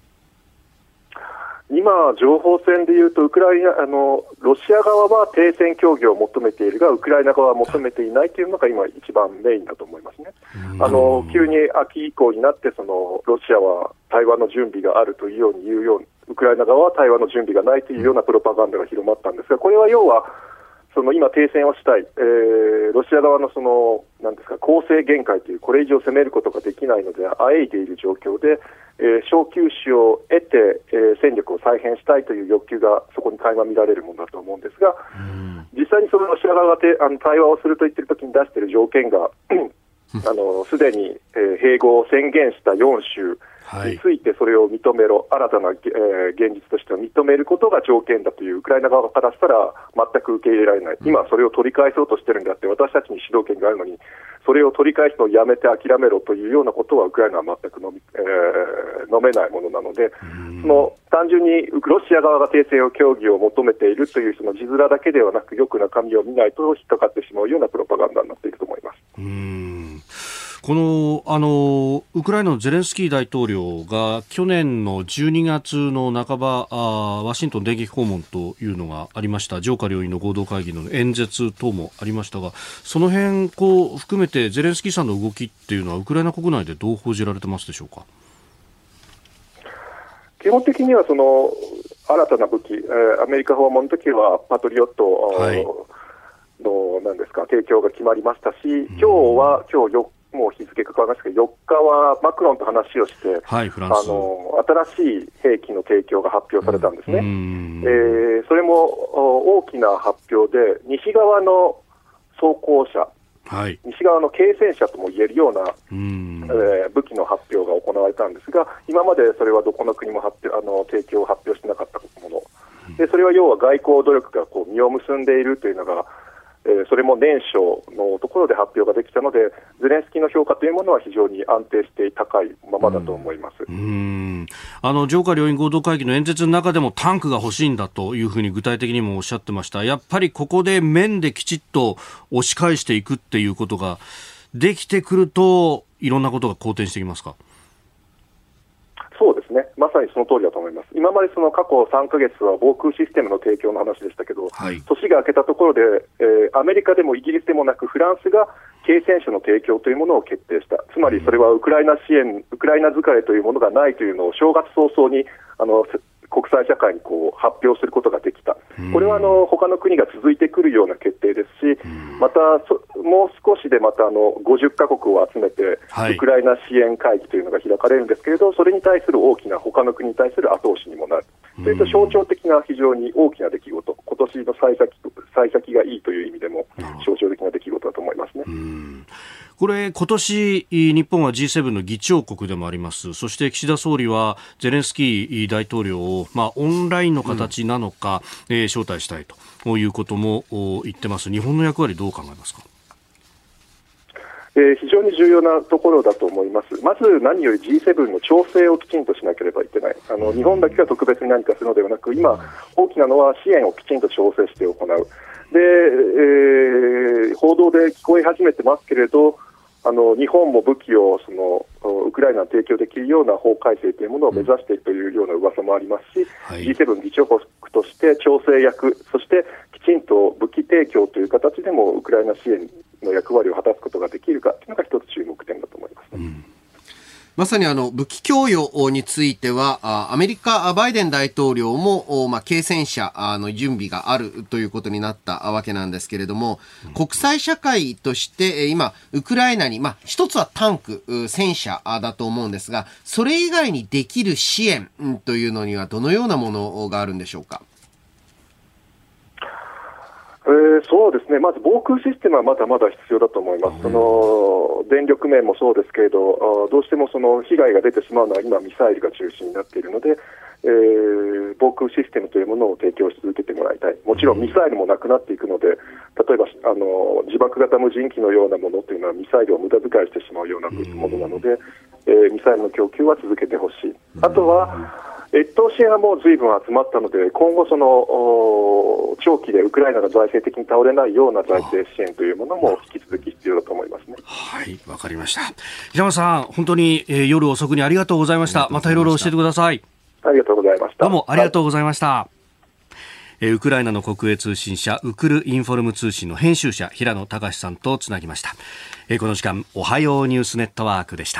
Speaker 5: 今、情報戦でいうとウクライナあのロシア側は停戦協議を求めているがウクライナ側は求めていないというのが今一番メインだと思いますね。あの急に秋以降になってそのロシアは対話の準備があるというように言うようにウクライナ側は対話の準備がないというようなプロパガンダが広まったんですが、これは要はその今停戦をしたい、えー、ロシア側のそのなんですか攻勢限界というこれ以上攻めることができないのであえいでいる状況で、えー、小休止を得て、えー、戦力を再編したいという欲求がそこに垣間見られるものだと思うんですが、実際にそのロシア側がてあの対話をすると言っているときに出している条件があのすでに、えー、併合を宣言したよん州についてそれを認めろ、新たな、えー、現実としては認めることが条件だというウクライナ側からしたら全く受け入れられない。今それを取り返そうとしてるんであって私たちに主導権があるのにそれを取り返すのをやめて諦めろというようなことはウクライナは全く飲み、えー、飲めないものなので、その単純にロシア側が停戦を協議を求めているというその字面だけではなくよく中身を見ないと引っかかってしまうようなプロパガンダになっていると思います。
Speaker 1: うーん、このあのウクライナのゼレンスキー大統領が去年のじゅうにがつの半ばあワシントン電撃訪問というのがありました。上下両院の合同会議の演説等もありましたが、その辺こう含めてゼレンスキーさんの動きっていうのはウクライナ国内でどう報じられてますでしょうか？
Speaker 5: 基本的にはその新たな武器、えー、アメリカ訪問の時はパトリオット、はい、のなんですか提供が決まりましたし、今日は今日よもう日付が変わりましたけどよっかはマクロンと話をして、はい、フランスあの新しい兵器の提供が発表されたんですね。うん、えー、それも大きな発表で西側の装甲車、はい、西側の軽戦車とも言えるような、うんえー、武器の発表が行われたんですが、今までそれはどこの国も発表あの提供を発表してなかったもので、それは要は外交努力がこう実を結んでいるというのがえー、それも年初のところで発表ができたので、ゼレンスキーの評価というものは非常に安定して高いままだと思います。
Speaker 1: うん、うんあの上下両院合同会議の演説の中でもタンクが欲しいんだというふうに具体的にもおっしゃってました。やっぱりここで面できちっと押し返していくっていうことができてくると、いろんなことが好転してきますか？
Speaker 5: そうですね、まさにその通りだと思います。今までその過去さんかげつは防空システムの提供の話でしたけど、はい、年が明けたところで、えー、アメリカでもイギリスでもなくフランスが軽戦車の提供というものを決定した。つまりそれはウクライナ支援、ウクライナ疲れというものがないというのを正月早々にあの国際社会にこう発表することができた。これはあの他の国が続いてくるような決定ですし、またそもう少しでまたあのごじゅっかこくを集めて、はい、ウクライナ支援会議というのが開かれるんですけれど、それに対する大きな他の国に対する後押しにもなる。それと象徴的な非常に大きな出来事、今年の幸先、幸先がいいという意味でも象徴的な出来事だと思いますね。
Speaker 1: うんこれ今年日本は ジーセブン の議長国でもあります。そして岸田総理はゼレンスキー大統領を、まあ、オンラインの形なのか、うんえー、招待したいということも言ってます。日本の役割どう考えますか？
Speaker 5: えー、非常に重要なところだと思います。まず何より ジーセブン の調整をきちんとしなければいけない。あの、うん、日本だけが特別に何かするのではなく、今大きなのは支援をきちんと調整して行う。で、えー、報道で聞こえ始めてますけれど、あの日本も武器をそのウクライナに提供できるような法改正というものを目指しているというような噂もありますし、はい、ジーセブン 議長国として調整役、そしてきちんと武器提供という形でもウクライナ支援の役割を果たすことができるかというのが一つ注目点だと思います、ね。うん
Speaker 3: まさにあの武器供与についてはアメリカバイデン大統領も、まあ、軽戦車の準備があるということになったわけなんですけれども、国際社会として今ウクライナに、まあ、一つはタンク戦車だと思うんですが、それ以外にできる支援というのにはどのようなものがあるんでしょうか？
Speaker 5: えー、そうですね、まず防空システムはまだまだ必要だと思います。その電力面もそうですけれど、どうしてもその被害が出てしまうのは今ミサイルが中心になっているので、えー、防空システムというものを提供し続けてもらいたい。もちろんミサイルもなくなっていくので、例えばあの自爆型無人機のようなものというのはミサイルを無駄遣いしてしまうようなものなので、えー、ミサイルの供給は続けてほしい。あとは越冬支援はもう随分集まったので、今後その長期でウクライナが財政的に倒れないような財政支援というものも引き続き必要だと思いますね。
Speaker 1: はい、わかりました。平間さん、本当に、えー、夜遅くにありがとうございました。またいろいろ教えてください。
Speaker 5: ありがとうございました。
Speaker 1: どうもありがとうございました。はい、えー、ウクライナの国営通信社ウクルインフォルム通信の編集者平野隆さんとつなぎました。えー、この時間おはようニュースネットワークでした。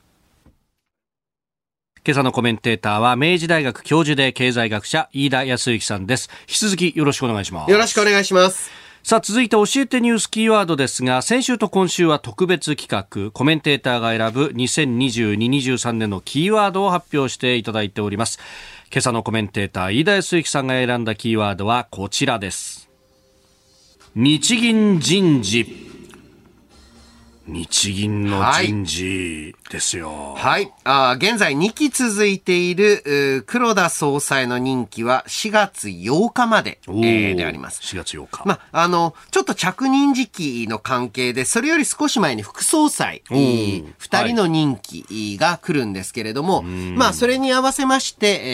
Speaker 1: 今朝のコメンテーターは明治大学教授で経済学者飯田康之さんです。引き続きよろしくお願いします。
Speaker 3: よろしくお願いします。
Speaker 1: さあ続いて教えてニュースキーワードですが、先週と今週は特別企画、コメンテーターが選ぶにせんにじゅうに、にじゅうさんねんのキーワードを発表していただいております。今朝のコメンテーター飯田康之さんが選んだキーワードはこちらです。日銀人事。日銀の人事ですよ。
Speaker 3: はい。はい、あ現在にき続いている黒田総裁の任期はしがつようかまで、えー、であります。
Speaker 1: しがつようか。
Speaker 3: まあ、あの、ちょっと着任時期の関係で、それより少し前に副総裁、ふたりの任期が来るんですけれども、はい、まあ、それに合わせまして、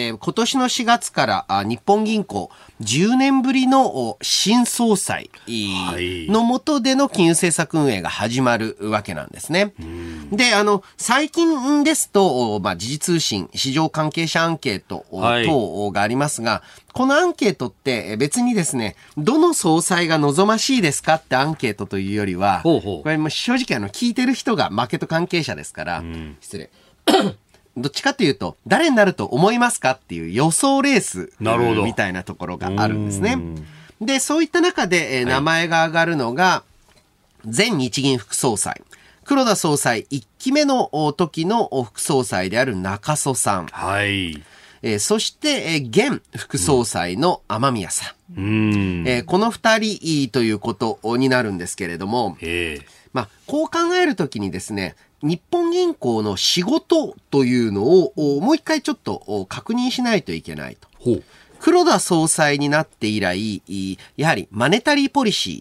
Speaker 3: えー、今年のしがつからあ日本銀行、じゅうねんぶりの新総裁の下での金融政策運営が始まるわけなんですね。で、あの、最近ですと、まあ、時事通信、市場関係者アンケート等がありますが、はい、このアンケートって別にですね、どの総裁が望ましいですかってアンケートというよりは、ほうほうこれも正直あの、聞いてる人がマーケット関係者ですから、失礼。どっちかというと、誰になると思いますかっていう予想レースみたいなところがあるんですね。で、そういった中で、えー、名前が挙がるのが、前日銀副総裁、黒田総裁いっきめの時の副総裁である中曽さん。
Speaker 1: はい。
Speaker 3: えー、そして、えー、現副総裁の雨宮さん。うんえー、この二人ということになるんですけれども、まあ、こう考えるときにですね、日本銀行の仕事というのをもう一回ちょっと確認しないといけないと。黒田総裁になって以来、やはりマネタリーポリシー、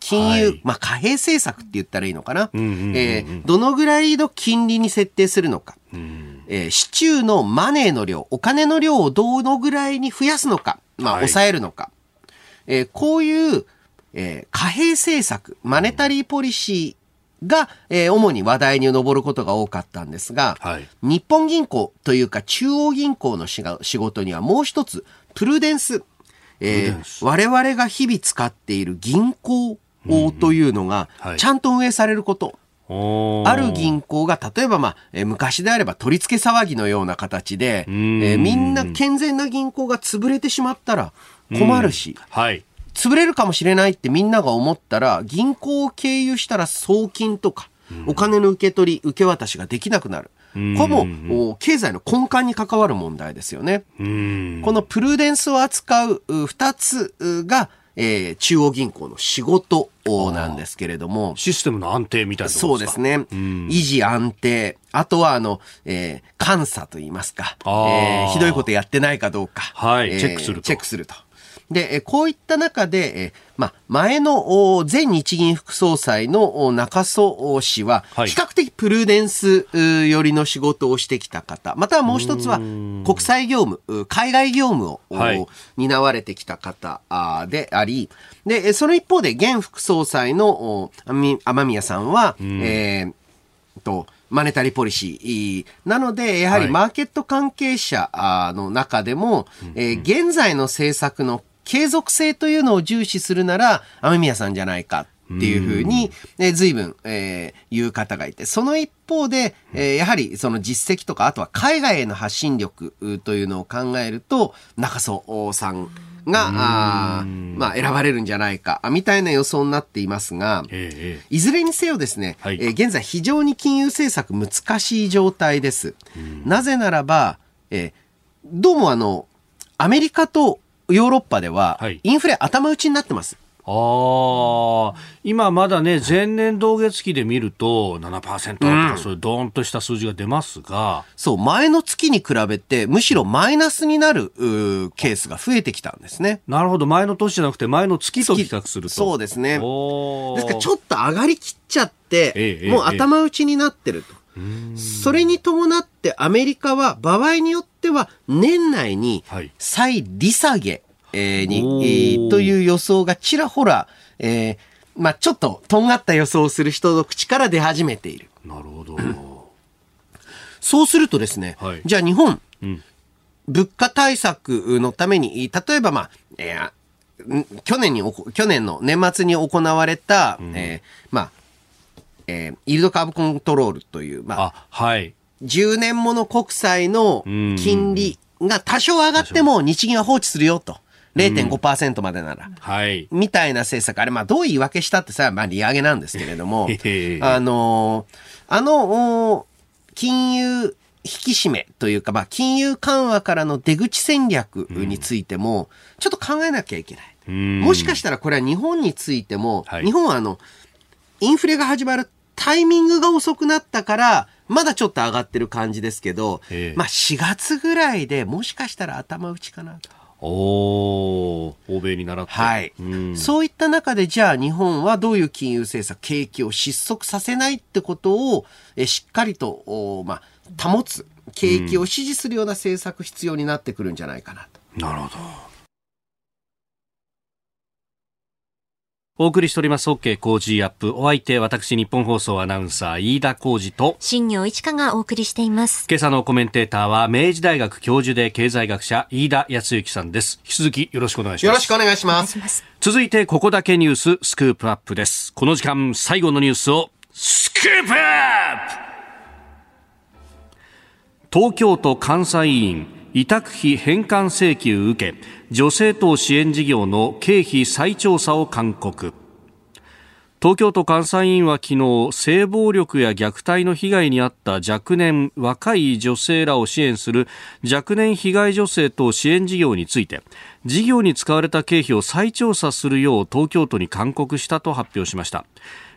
Speaker 3: 金融、
Speaker 1: はい、
Speaker 3: まあ貨幣政策って言ったらいいのかな、うんうんうんうん、えー、どのぐらいの金利に設定するのか、うん、えー、市中のマネーの量、お金の量をどのぐらいに増やすのか、まあ抑えるのか、はい、えー、こういう、えー、貨幣政策、マネタリーポリシーが、えー、主に話題に上ることが多かったんですが、はい、日本銀行というか中央銀行の仕事にはもう一つ、プルデンス、えー、我々が日々使っている銀行というのがちゃんと運営されること、うんはい、ある銀行が例えば、まあえー、昔であれば取り付け騒ぎのような形で、えー、みんな健全な銀行が潰れてしまったら困るし、はい、潰れるかもしれないってみんなが思ったら銀行を経由したら送金とか、うん、お金の受け取り受け渡しができなくなる。これも経済の根幹に関わる問題ですよね。このプルーデンスを扱う二つが、えー、中央銀行の仕事なんですけれども、
Speaker 1: システムの安定みたいなことですか。
Speaker 3: そうですね。維持安定、あとはあの、えー、監査といいますか、えー、ひどいことやってないかどうか、
Speaker 1: はい、えー、チェックすると。
Speaker 3: チェックすると。で、こういった中で、まあ、前の前日銀副総裁の中曽氏は、比較的プルーデンス寄りの仕事をしてきた方、またはもう一つは国際業務、海外業務を担われてきた方であり、で、その一方で現副総裁の雨宮さんは、えー、と、マネタリーポリシーなので、やはりマーケット関係者の中でも、えー、現在の政策の継続性というのを重視するなら雨宮さんじゃないかっていうふうに、えー、随分、えー、言う方がいて、その一方で、えー、やはりその実績とかあとは海外への発信力というのを考えると中曽さんがあ、まあ、選ばれるんじゃないかみたいな予想になっていますが、ええ、いずれにせよですね、はい、えー、現在非常に金融政策難しい状態です。なぜならば、えー、どうもあのアメリカとヨーロッパではインフレ頭打ちになってます。
Speaker 1: あ今まだね前年同月期で見ると ななパーセント とかそういうドーンとした数字が出ますが、
Speaker 3: うん、そう前の月に比べてむしろマイナスになるケースが増えてきたんですね。
Speaker 1: なるほど、前の年じゃなくて前の月と比較すると。
Speaker 3: そうですね。ですからちょっと上がりきっちゃって、ええ、もう頭打ちになってると、ええ、それに伴ってアメリカは場合によっては年内に再利下げ、はいえー、に、えー、という予想がちらほら、えー、まあちょっととんがった予想をする人の口から出始めている。
Speaker 1: なるほど。
Speaker 3: そうするとですね、はい、じゃあ日本、うん、物価対策のために、例えばまあ、えー、去年に、去年の年末に行われた、うん、えー、まあ、えー、イールドカーブコントロールという、まあ、あはい、じゅうねんもの国債の金利が多少上がっても日銀は放置するよと。れいてんごパーセント までなら、うんはい、みたいな政策、あれまあどう言い訳したってさ、まあ利上げなんですけれどもあのあの金融引き締めというか、まあ金融緩和からの出口戦略についてもちょっと考えなきゃいけない、うん、もしかしたらこれは日本についても、はい、日本はあのインフレが始まるタイミングが遅くなったからまだちょっと上がってる感じですけど、まあしがつぐらいでもしかしたら頭打ちかなと。
Speaker 1: お欧米に習って、
Speaker 3: はい、うん、そういった中でじゃあ日本はどういう金融政策、景気を失速させないってことをえしっかりと、まあ、保つ、景気を支持するような政策必要になってくるんじゃないかなと、
Speaker 1: うん、なるほど。お送りしております OK 工事アップ。お相手私日本放送アナウンサー飯田浩司と
Speaker 2: 新業一華がお送りしています。
Speaker 1: 今朝のコメンテーターは明治大学教授で経済学者飯田康之さんです。引き続きよろしくお願いします。
Speaker 3: よろしくお願いします。
Speaker 1: 続いてここだけニューススクープアップです。この時間最後のニュースをスクープアップ。東京都監査委員委託費返還請求受け、女性等支援事業の経費再調査を勧告。東京都監査委員は昨日、性暴力や虐待の被害に遭った若年若い女性らを支援する若年被害女性等支援事業について、事業に使われた経費を再調査するよう東京都に勧告したと発表しました。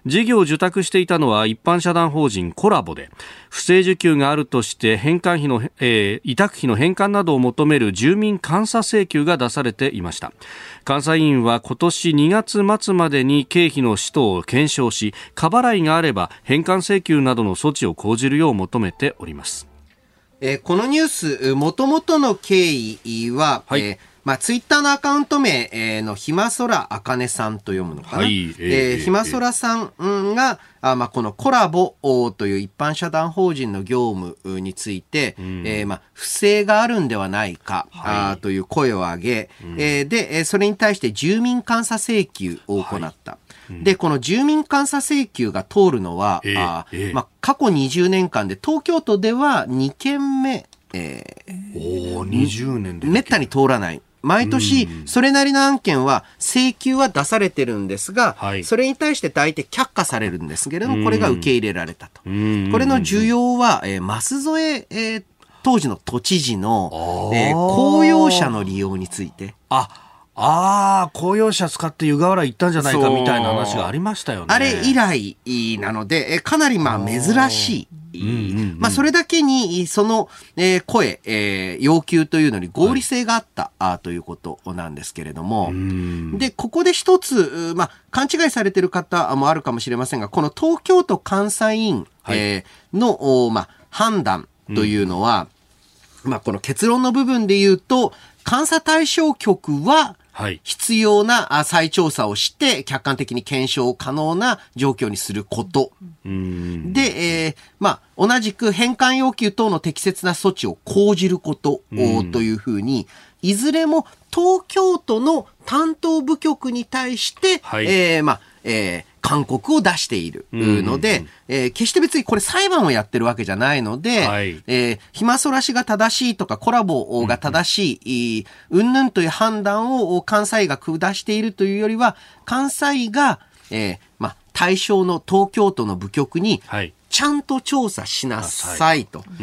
Speaker 1: 事業を受託していたのは一般社団法人コラボで、不正受給があるとして返還費の、えー、委託費の返還などを求める住民監査請求が出されていました。監査委員は今年にがつ末までに経費の使途を検証し、過払いがあれば返還請求などの措置を講じるよう求めております。
Speaker 3: えー、このニュース、もともとの経緯は、はい、えーまあ、ツイッターのアカウント名のひまそらあかねさんと読むのかな。はい、えー、ひまそらさんが、あまあ、このコラボという一般社団法人の業務について、うん、えー、まあ、不正があるんではないか、はい、あという声を上げ、うん、えー、で、それに対して住民監査請求を行った。はい、うん、で、この住民監査請求が通るのは、えーあえーまあ、過去にじゅうねんかんで東京都ではにけんめ、え
Speaker 1: ー、おー、にじゅうねんで
Speaker 3: めったに通らない。毎年、それなりの案件は請求は出されてるんですが、はい、それに対して大抵却下されるんですけれども、これが受け入れられたと。これの需要は、えー、舛添、えー、当時の都知事の、えー、公用車の利用について。
Speaker 1: あああ、公用車使って湯河原行ったんじゃないかみたいな話がありましたよね。
Speaker 3: あれ以来なので、かなりまあ珍しい。うんうんうん、まあそれだけにその、えー、声、えー、要求というのに合理性があった、はい、あということなんですけれども、でここで一つ、まあ、勘違いされている方もあるかもしれませんが、この東京都監査委員、はい、えー、の、まあ、判断というのは、うん、まあ、この結論の部分で言うと、監査対象局は必要な再調査をして客観的に検証可能な状況にすること。うんで、えー、まあ、同じく返還要求等の適切な措置を講じることというふうに、いずれも東京都の担当部局に対して、はい、えー、まあ、えー勧告を出しているので、うんうん、えー、決して別にこれ裁判をやってるわけじゃないので、はい、えー、ひまそら氏が正しいとかコラボが正しい、うんぬんという判断を監査委が下しているというよりは、監査委が、えー、まあ、対象の東京都の部局に、ちゃんと調査しなさいと。はい、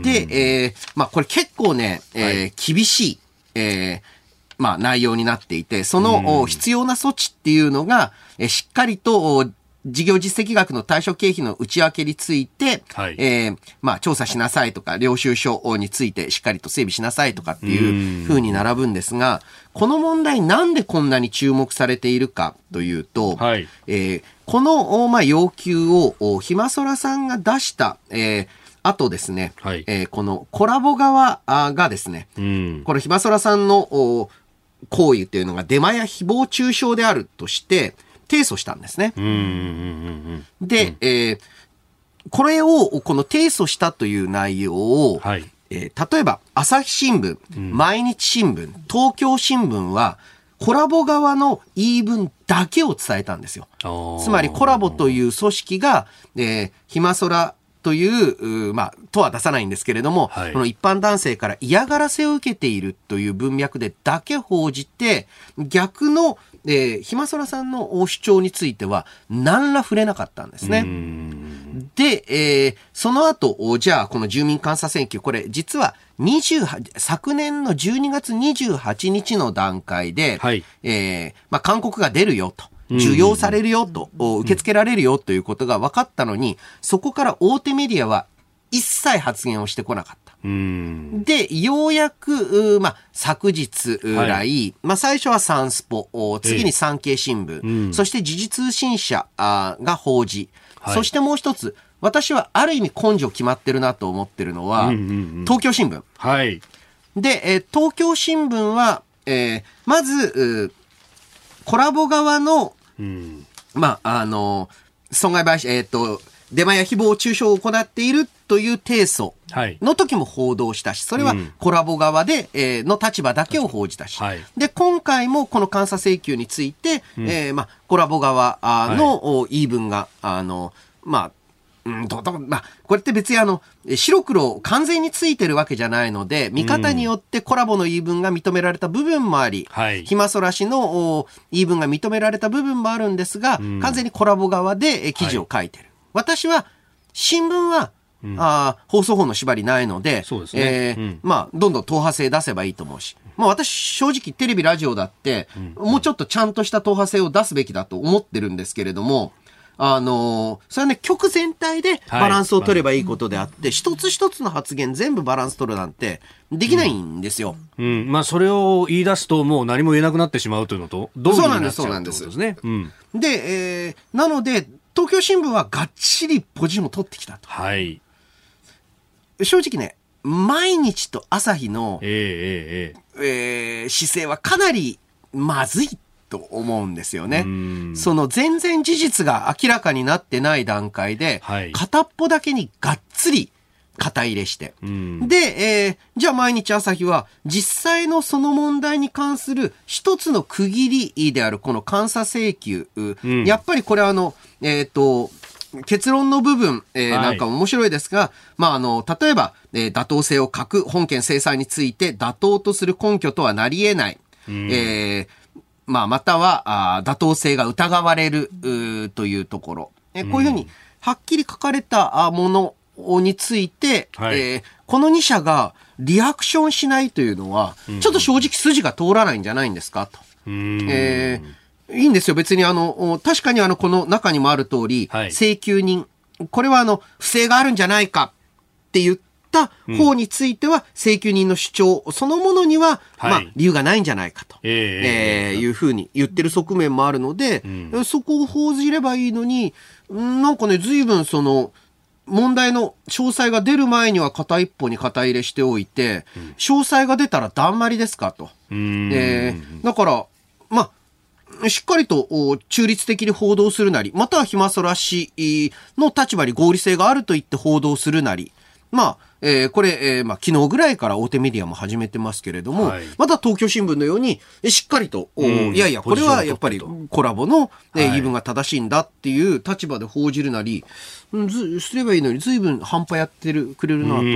Speaker 3: で、えー、まあ、これ結構ね、えーはい、厳しい、えーまあ、内容になっていて、その必要な措置っていうのが、えしっかりと事業実績額の対象経費の内訳について、はい、えー、まあ、調査しなさいとか、領収書についてしっかりと整備しなさいとかっていう風に並ぶんですが、この問題なんでこんなに注目されているかというと、はい、えー、この、まあ、要求をひまそらさんが出した、えーあとですね、はい、えー、このコラボ側がですね、うん、このひまそらさんの行為というのがデマや誹謗中傷であるとして提訴したんですね。うんうんうんうん、で、うん、えー、これをこの提訴したという内容を、はい、えー、例えば朝日新聞、うん、毎日新聞、東京新聞はコラボ側の言い分だけを伝えたんですよ。つまりコラボという組織が、えー、ひまそらという、まあ、とは出さないんですけれども、はい、この一般男性から嫌がらせを受けているという文脈でだけ報じて、逆の、えー、ひまそらさんの主張については何ら触れなかったんですね。で、えー、その後、じゃあこの住民監査請求、これ実はにじゅうはち昨年のじゅうにがつにじゅうはちにちの段階で、はい、えー、まあ、勧告が出るよと。受容されるよと、受け付けられるよということが分かったのに、そこから大手メディアは一切発言をしてこなかった。で、ようやく、まあ、昨日来、はい、まあ、最初はサンスポ、次に産経新聞、ええ、そして時事通信社が報じ、はい、そしてもう一つ、私はある意味根性決まってるなと思ってるのは、うんうんうん、東京新聞。はい、で、えー、東京新聞は、えー、まず、コラボ側のうん、まあ、あの、損害賠償、えっと、デマや誹謗中傷を行っているという提訴の時も報道したし、それはコラボ側で、えー、の立場だけを報じたし、はい、で、今回もこの監査請求について、うん、えー、まあ、コラボ側の言い分が、あの、まあ、うん、どどまあ、これって別にあの白黒完全についてるわけじゃないので、見方によってコラボの言い分が認められた部分もあり、ひまそら氏の言い分が認められた部分もあるんですが、うん、完全にコラボ側で記事を書いてる。はい、私は新聞は、うん、あ放送法の縛りないので、そうですね、えーうん、まあ、どんどん党派性出せばいいと思うし、まあ、私正直テレビラジオだって、うん、もうちょっとちゃんとした党派性を出すべきだと思ってるんですけれども、 あのそれはね、局全体でバランスを取ればいいことであって、はい、一つ一つの発言全部バランス取るなんてできないんですよ。
Speaker 1: うんうん、まあ、それを言い出すともう何も言えなくなってしまうというのと同義になっちゃうということですね。
Speaker 3: うん、で、えー、なので東京新聞はがっちりポジションを取ってきたと。
Speaker 1: はい。
Speaker 3: 正直ね、毎日と朝日の、
Speaker 1: えーえ
Speaker 3: ーえー、姿勢はかなりまずいと思うんですよね。その全然事実が明らかになってない段階で、はい、片っぽだけにがっつり肩入れして。で、えー、じゃあ毎日朝日は実際のその問題に関する一つの区切りであるこの監査請求。うん、やっぱりこれはあの、えっと、結論の部分、えーはい、なんか面白いですが、まあ、あの、例えば、えー、妥当性を欠く本件精査について妥当とする根拠とはなり得ない。うん、えー、まあ、または、あ妥当性が疑われる、というところ。えー、こういうふうに、はっきり書かれたものについて、はい、えー、このに社がリアクションしないというのは、うん、ちょっと正直筋が通らないんじゃないんですかと。うん、えーいいんですよ。別にあの、確かにあの、この中にもある通り、はい、請求人、これはあの、不正があるんじゃないかって言った方については、うん、請求人の主張そのものには、はい、まあ、理由がないんじゃないかと、えーえー、いうふうに言ってる側面もあるので、うん、そこを報じればいいのに、なんかね、随分その、問題の詳細が出る前には片一歩に肩入れしておいて、うん、詳細が出たらだんまりですかと。えー、だから、まあ、しっかりと中立的に報道するなり、またはひまそら氏の立場に合理性があると言って報道するなり、まあ、えー、これ、えー、まあ、昨日ぐらいから大手メディアも始めてますけれども、はい、また東京新聞のように、しっかりと、うん、いやいや、これはやっぱりコラボの、えーはい、言い分が正しいんだっていう立場で報じるなり、ずすればいいのに随分半端やってるくれるなと、うん、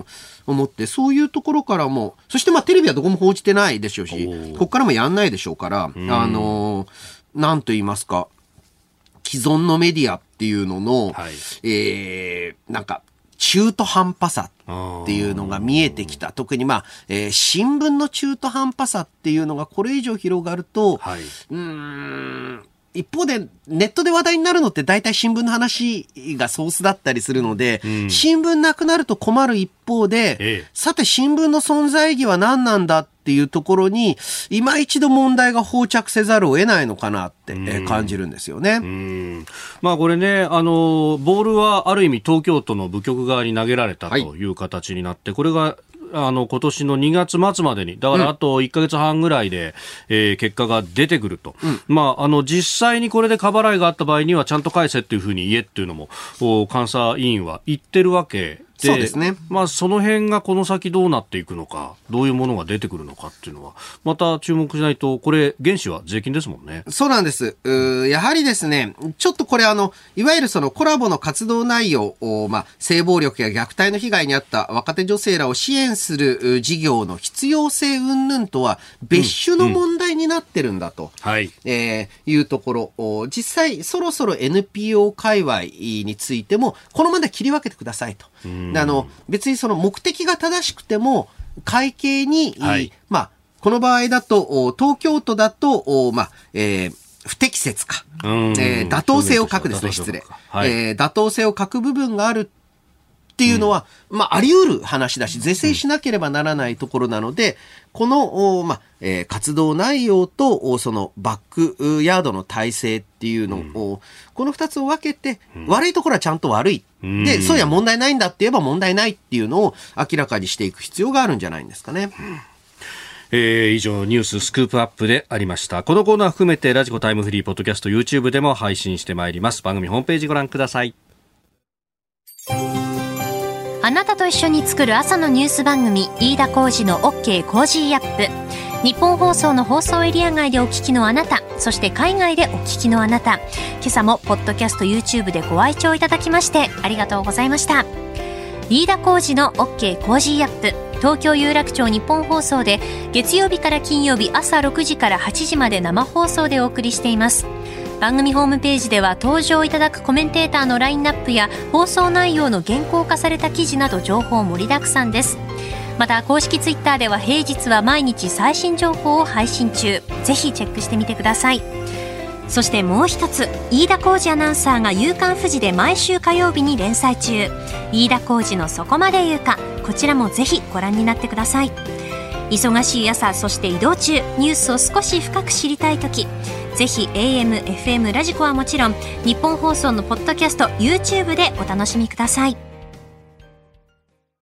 Speaker 3: 思って、そういうところからも、そしてまあテレビはどこも報じてないでしょうし、ここからもやんないでしょうから、あの、なんと言いますか、既存のメディアっていうのの、はい、えー、なんか、中途半端さっていうのが見えてきた。特にまあ、えー、新聞の中途半端さっていうのがこれ以上広がると、はい、うーん、一方でネットで話題になるのって大体新聞の話がソースだったりするので、うん、新聞なくなると困る一方で、ええ、さて新聞の存在意義は何なんだっていうところに今一度問題が放着せざるを得ないのかなって感じるんですよね。うん、
Speaker 1: まあこれね、あのボールはある意味東京都の部局側に投げられたという形になって、はい、これがあの今年のにがつ末までに、だからあといっかげつはんぐらいで、うん、えー、結果が出てくると、うん、まあ、あの実際にこれで過払いがあった場合にはちゃんと返せっていうふうに言えっていうのも監査委員は言ってるわけで、
Speaker 3: そうですね。
Speaker 1: まあ、その辺がこの先どうなっていくのか、どういうものが出てくるのかっていうのはまた注目しないと、これ原資は税金ですもんね。
Speaker 3: そうなんです。うやはりですね、ちょっとこれあのいわゆるそのコラボの活動内容を、まあ、性暴力や虐待の被害に遭った若手女性らを支援する事業の必要性云々とは別種の問題になってるんだと、うんうん、はい、えー、いうところ、実際そろそろ エヌピーオー 界隈についてもこのままで切り分けてくださいと。で、あの別にその目的が正しくても会計に、はい、まあ、この場合だと東京都だと、まあ、えー、不適切か、えー、妥当性を欠くですね、失礼、はい、えー、妥当性を欠く部分があるっていうのは、うん、まあ、あり得る話だし是正しなければならないところなので、この、まあ、えー、活動内容とそのバックヤードの体制っていうのを、うん、この二つを分けて、うん、悪いところはちゃんと悪い、うん、で、そういや問題ないんだって言えば問題ないっていうのを明らかにしていく必要があるんじゃないんですかね。うん、
Speaker 1: えー、以上ニューススクープアップでありました。このコーナー含めてラジコタイムフリーポッドキャスト YouTube でも配信してまいります。番組ホームページご覧ください。
Speaker 2: あなたと一緒に作る朝のニュース番組、飯田浩司の OK コージーアップ。日本放送の放送エリア外でお聞きのあなた、そして海外でお聞きのあなた、今朝もポッドキャスト YouTube でご愛聴いただきましてありがとうございました。飯田浩司の OK コージーアップ、東京有楽町日本放送で月曜日から金曜日朝ろくじからはちじまで生放送でお送りしています。番組ホームページでは登場いただくコメンテーターのラインナップや放送内容の原稿化された記事など情報盛りだくさんです。また公式ツイッターでは平日は毎日最新情報を配信中、ぜひチェックしてみてください。
Speaker 6: そしてもう一つ、飯田浩二アナウンサーが夕刊フジで毎週火曜日に連載中、飯田浩二のそこまで言うか、こちらもぜひご覧になってください。忙しい朝、そして移動中、ニュースを少し深く知りたいとき、ぜひ エーエム、エフエム、ラジコはもちろん日本放送のポッドキャスト、YouTube でお楽しみください。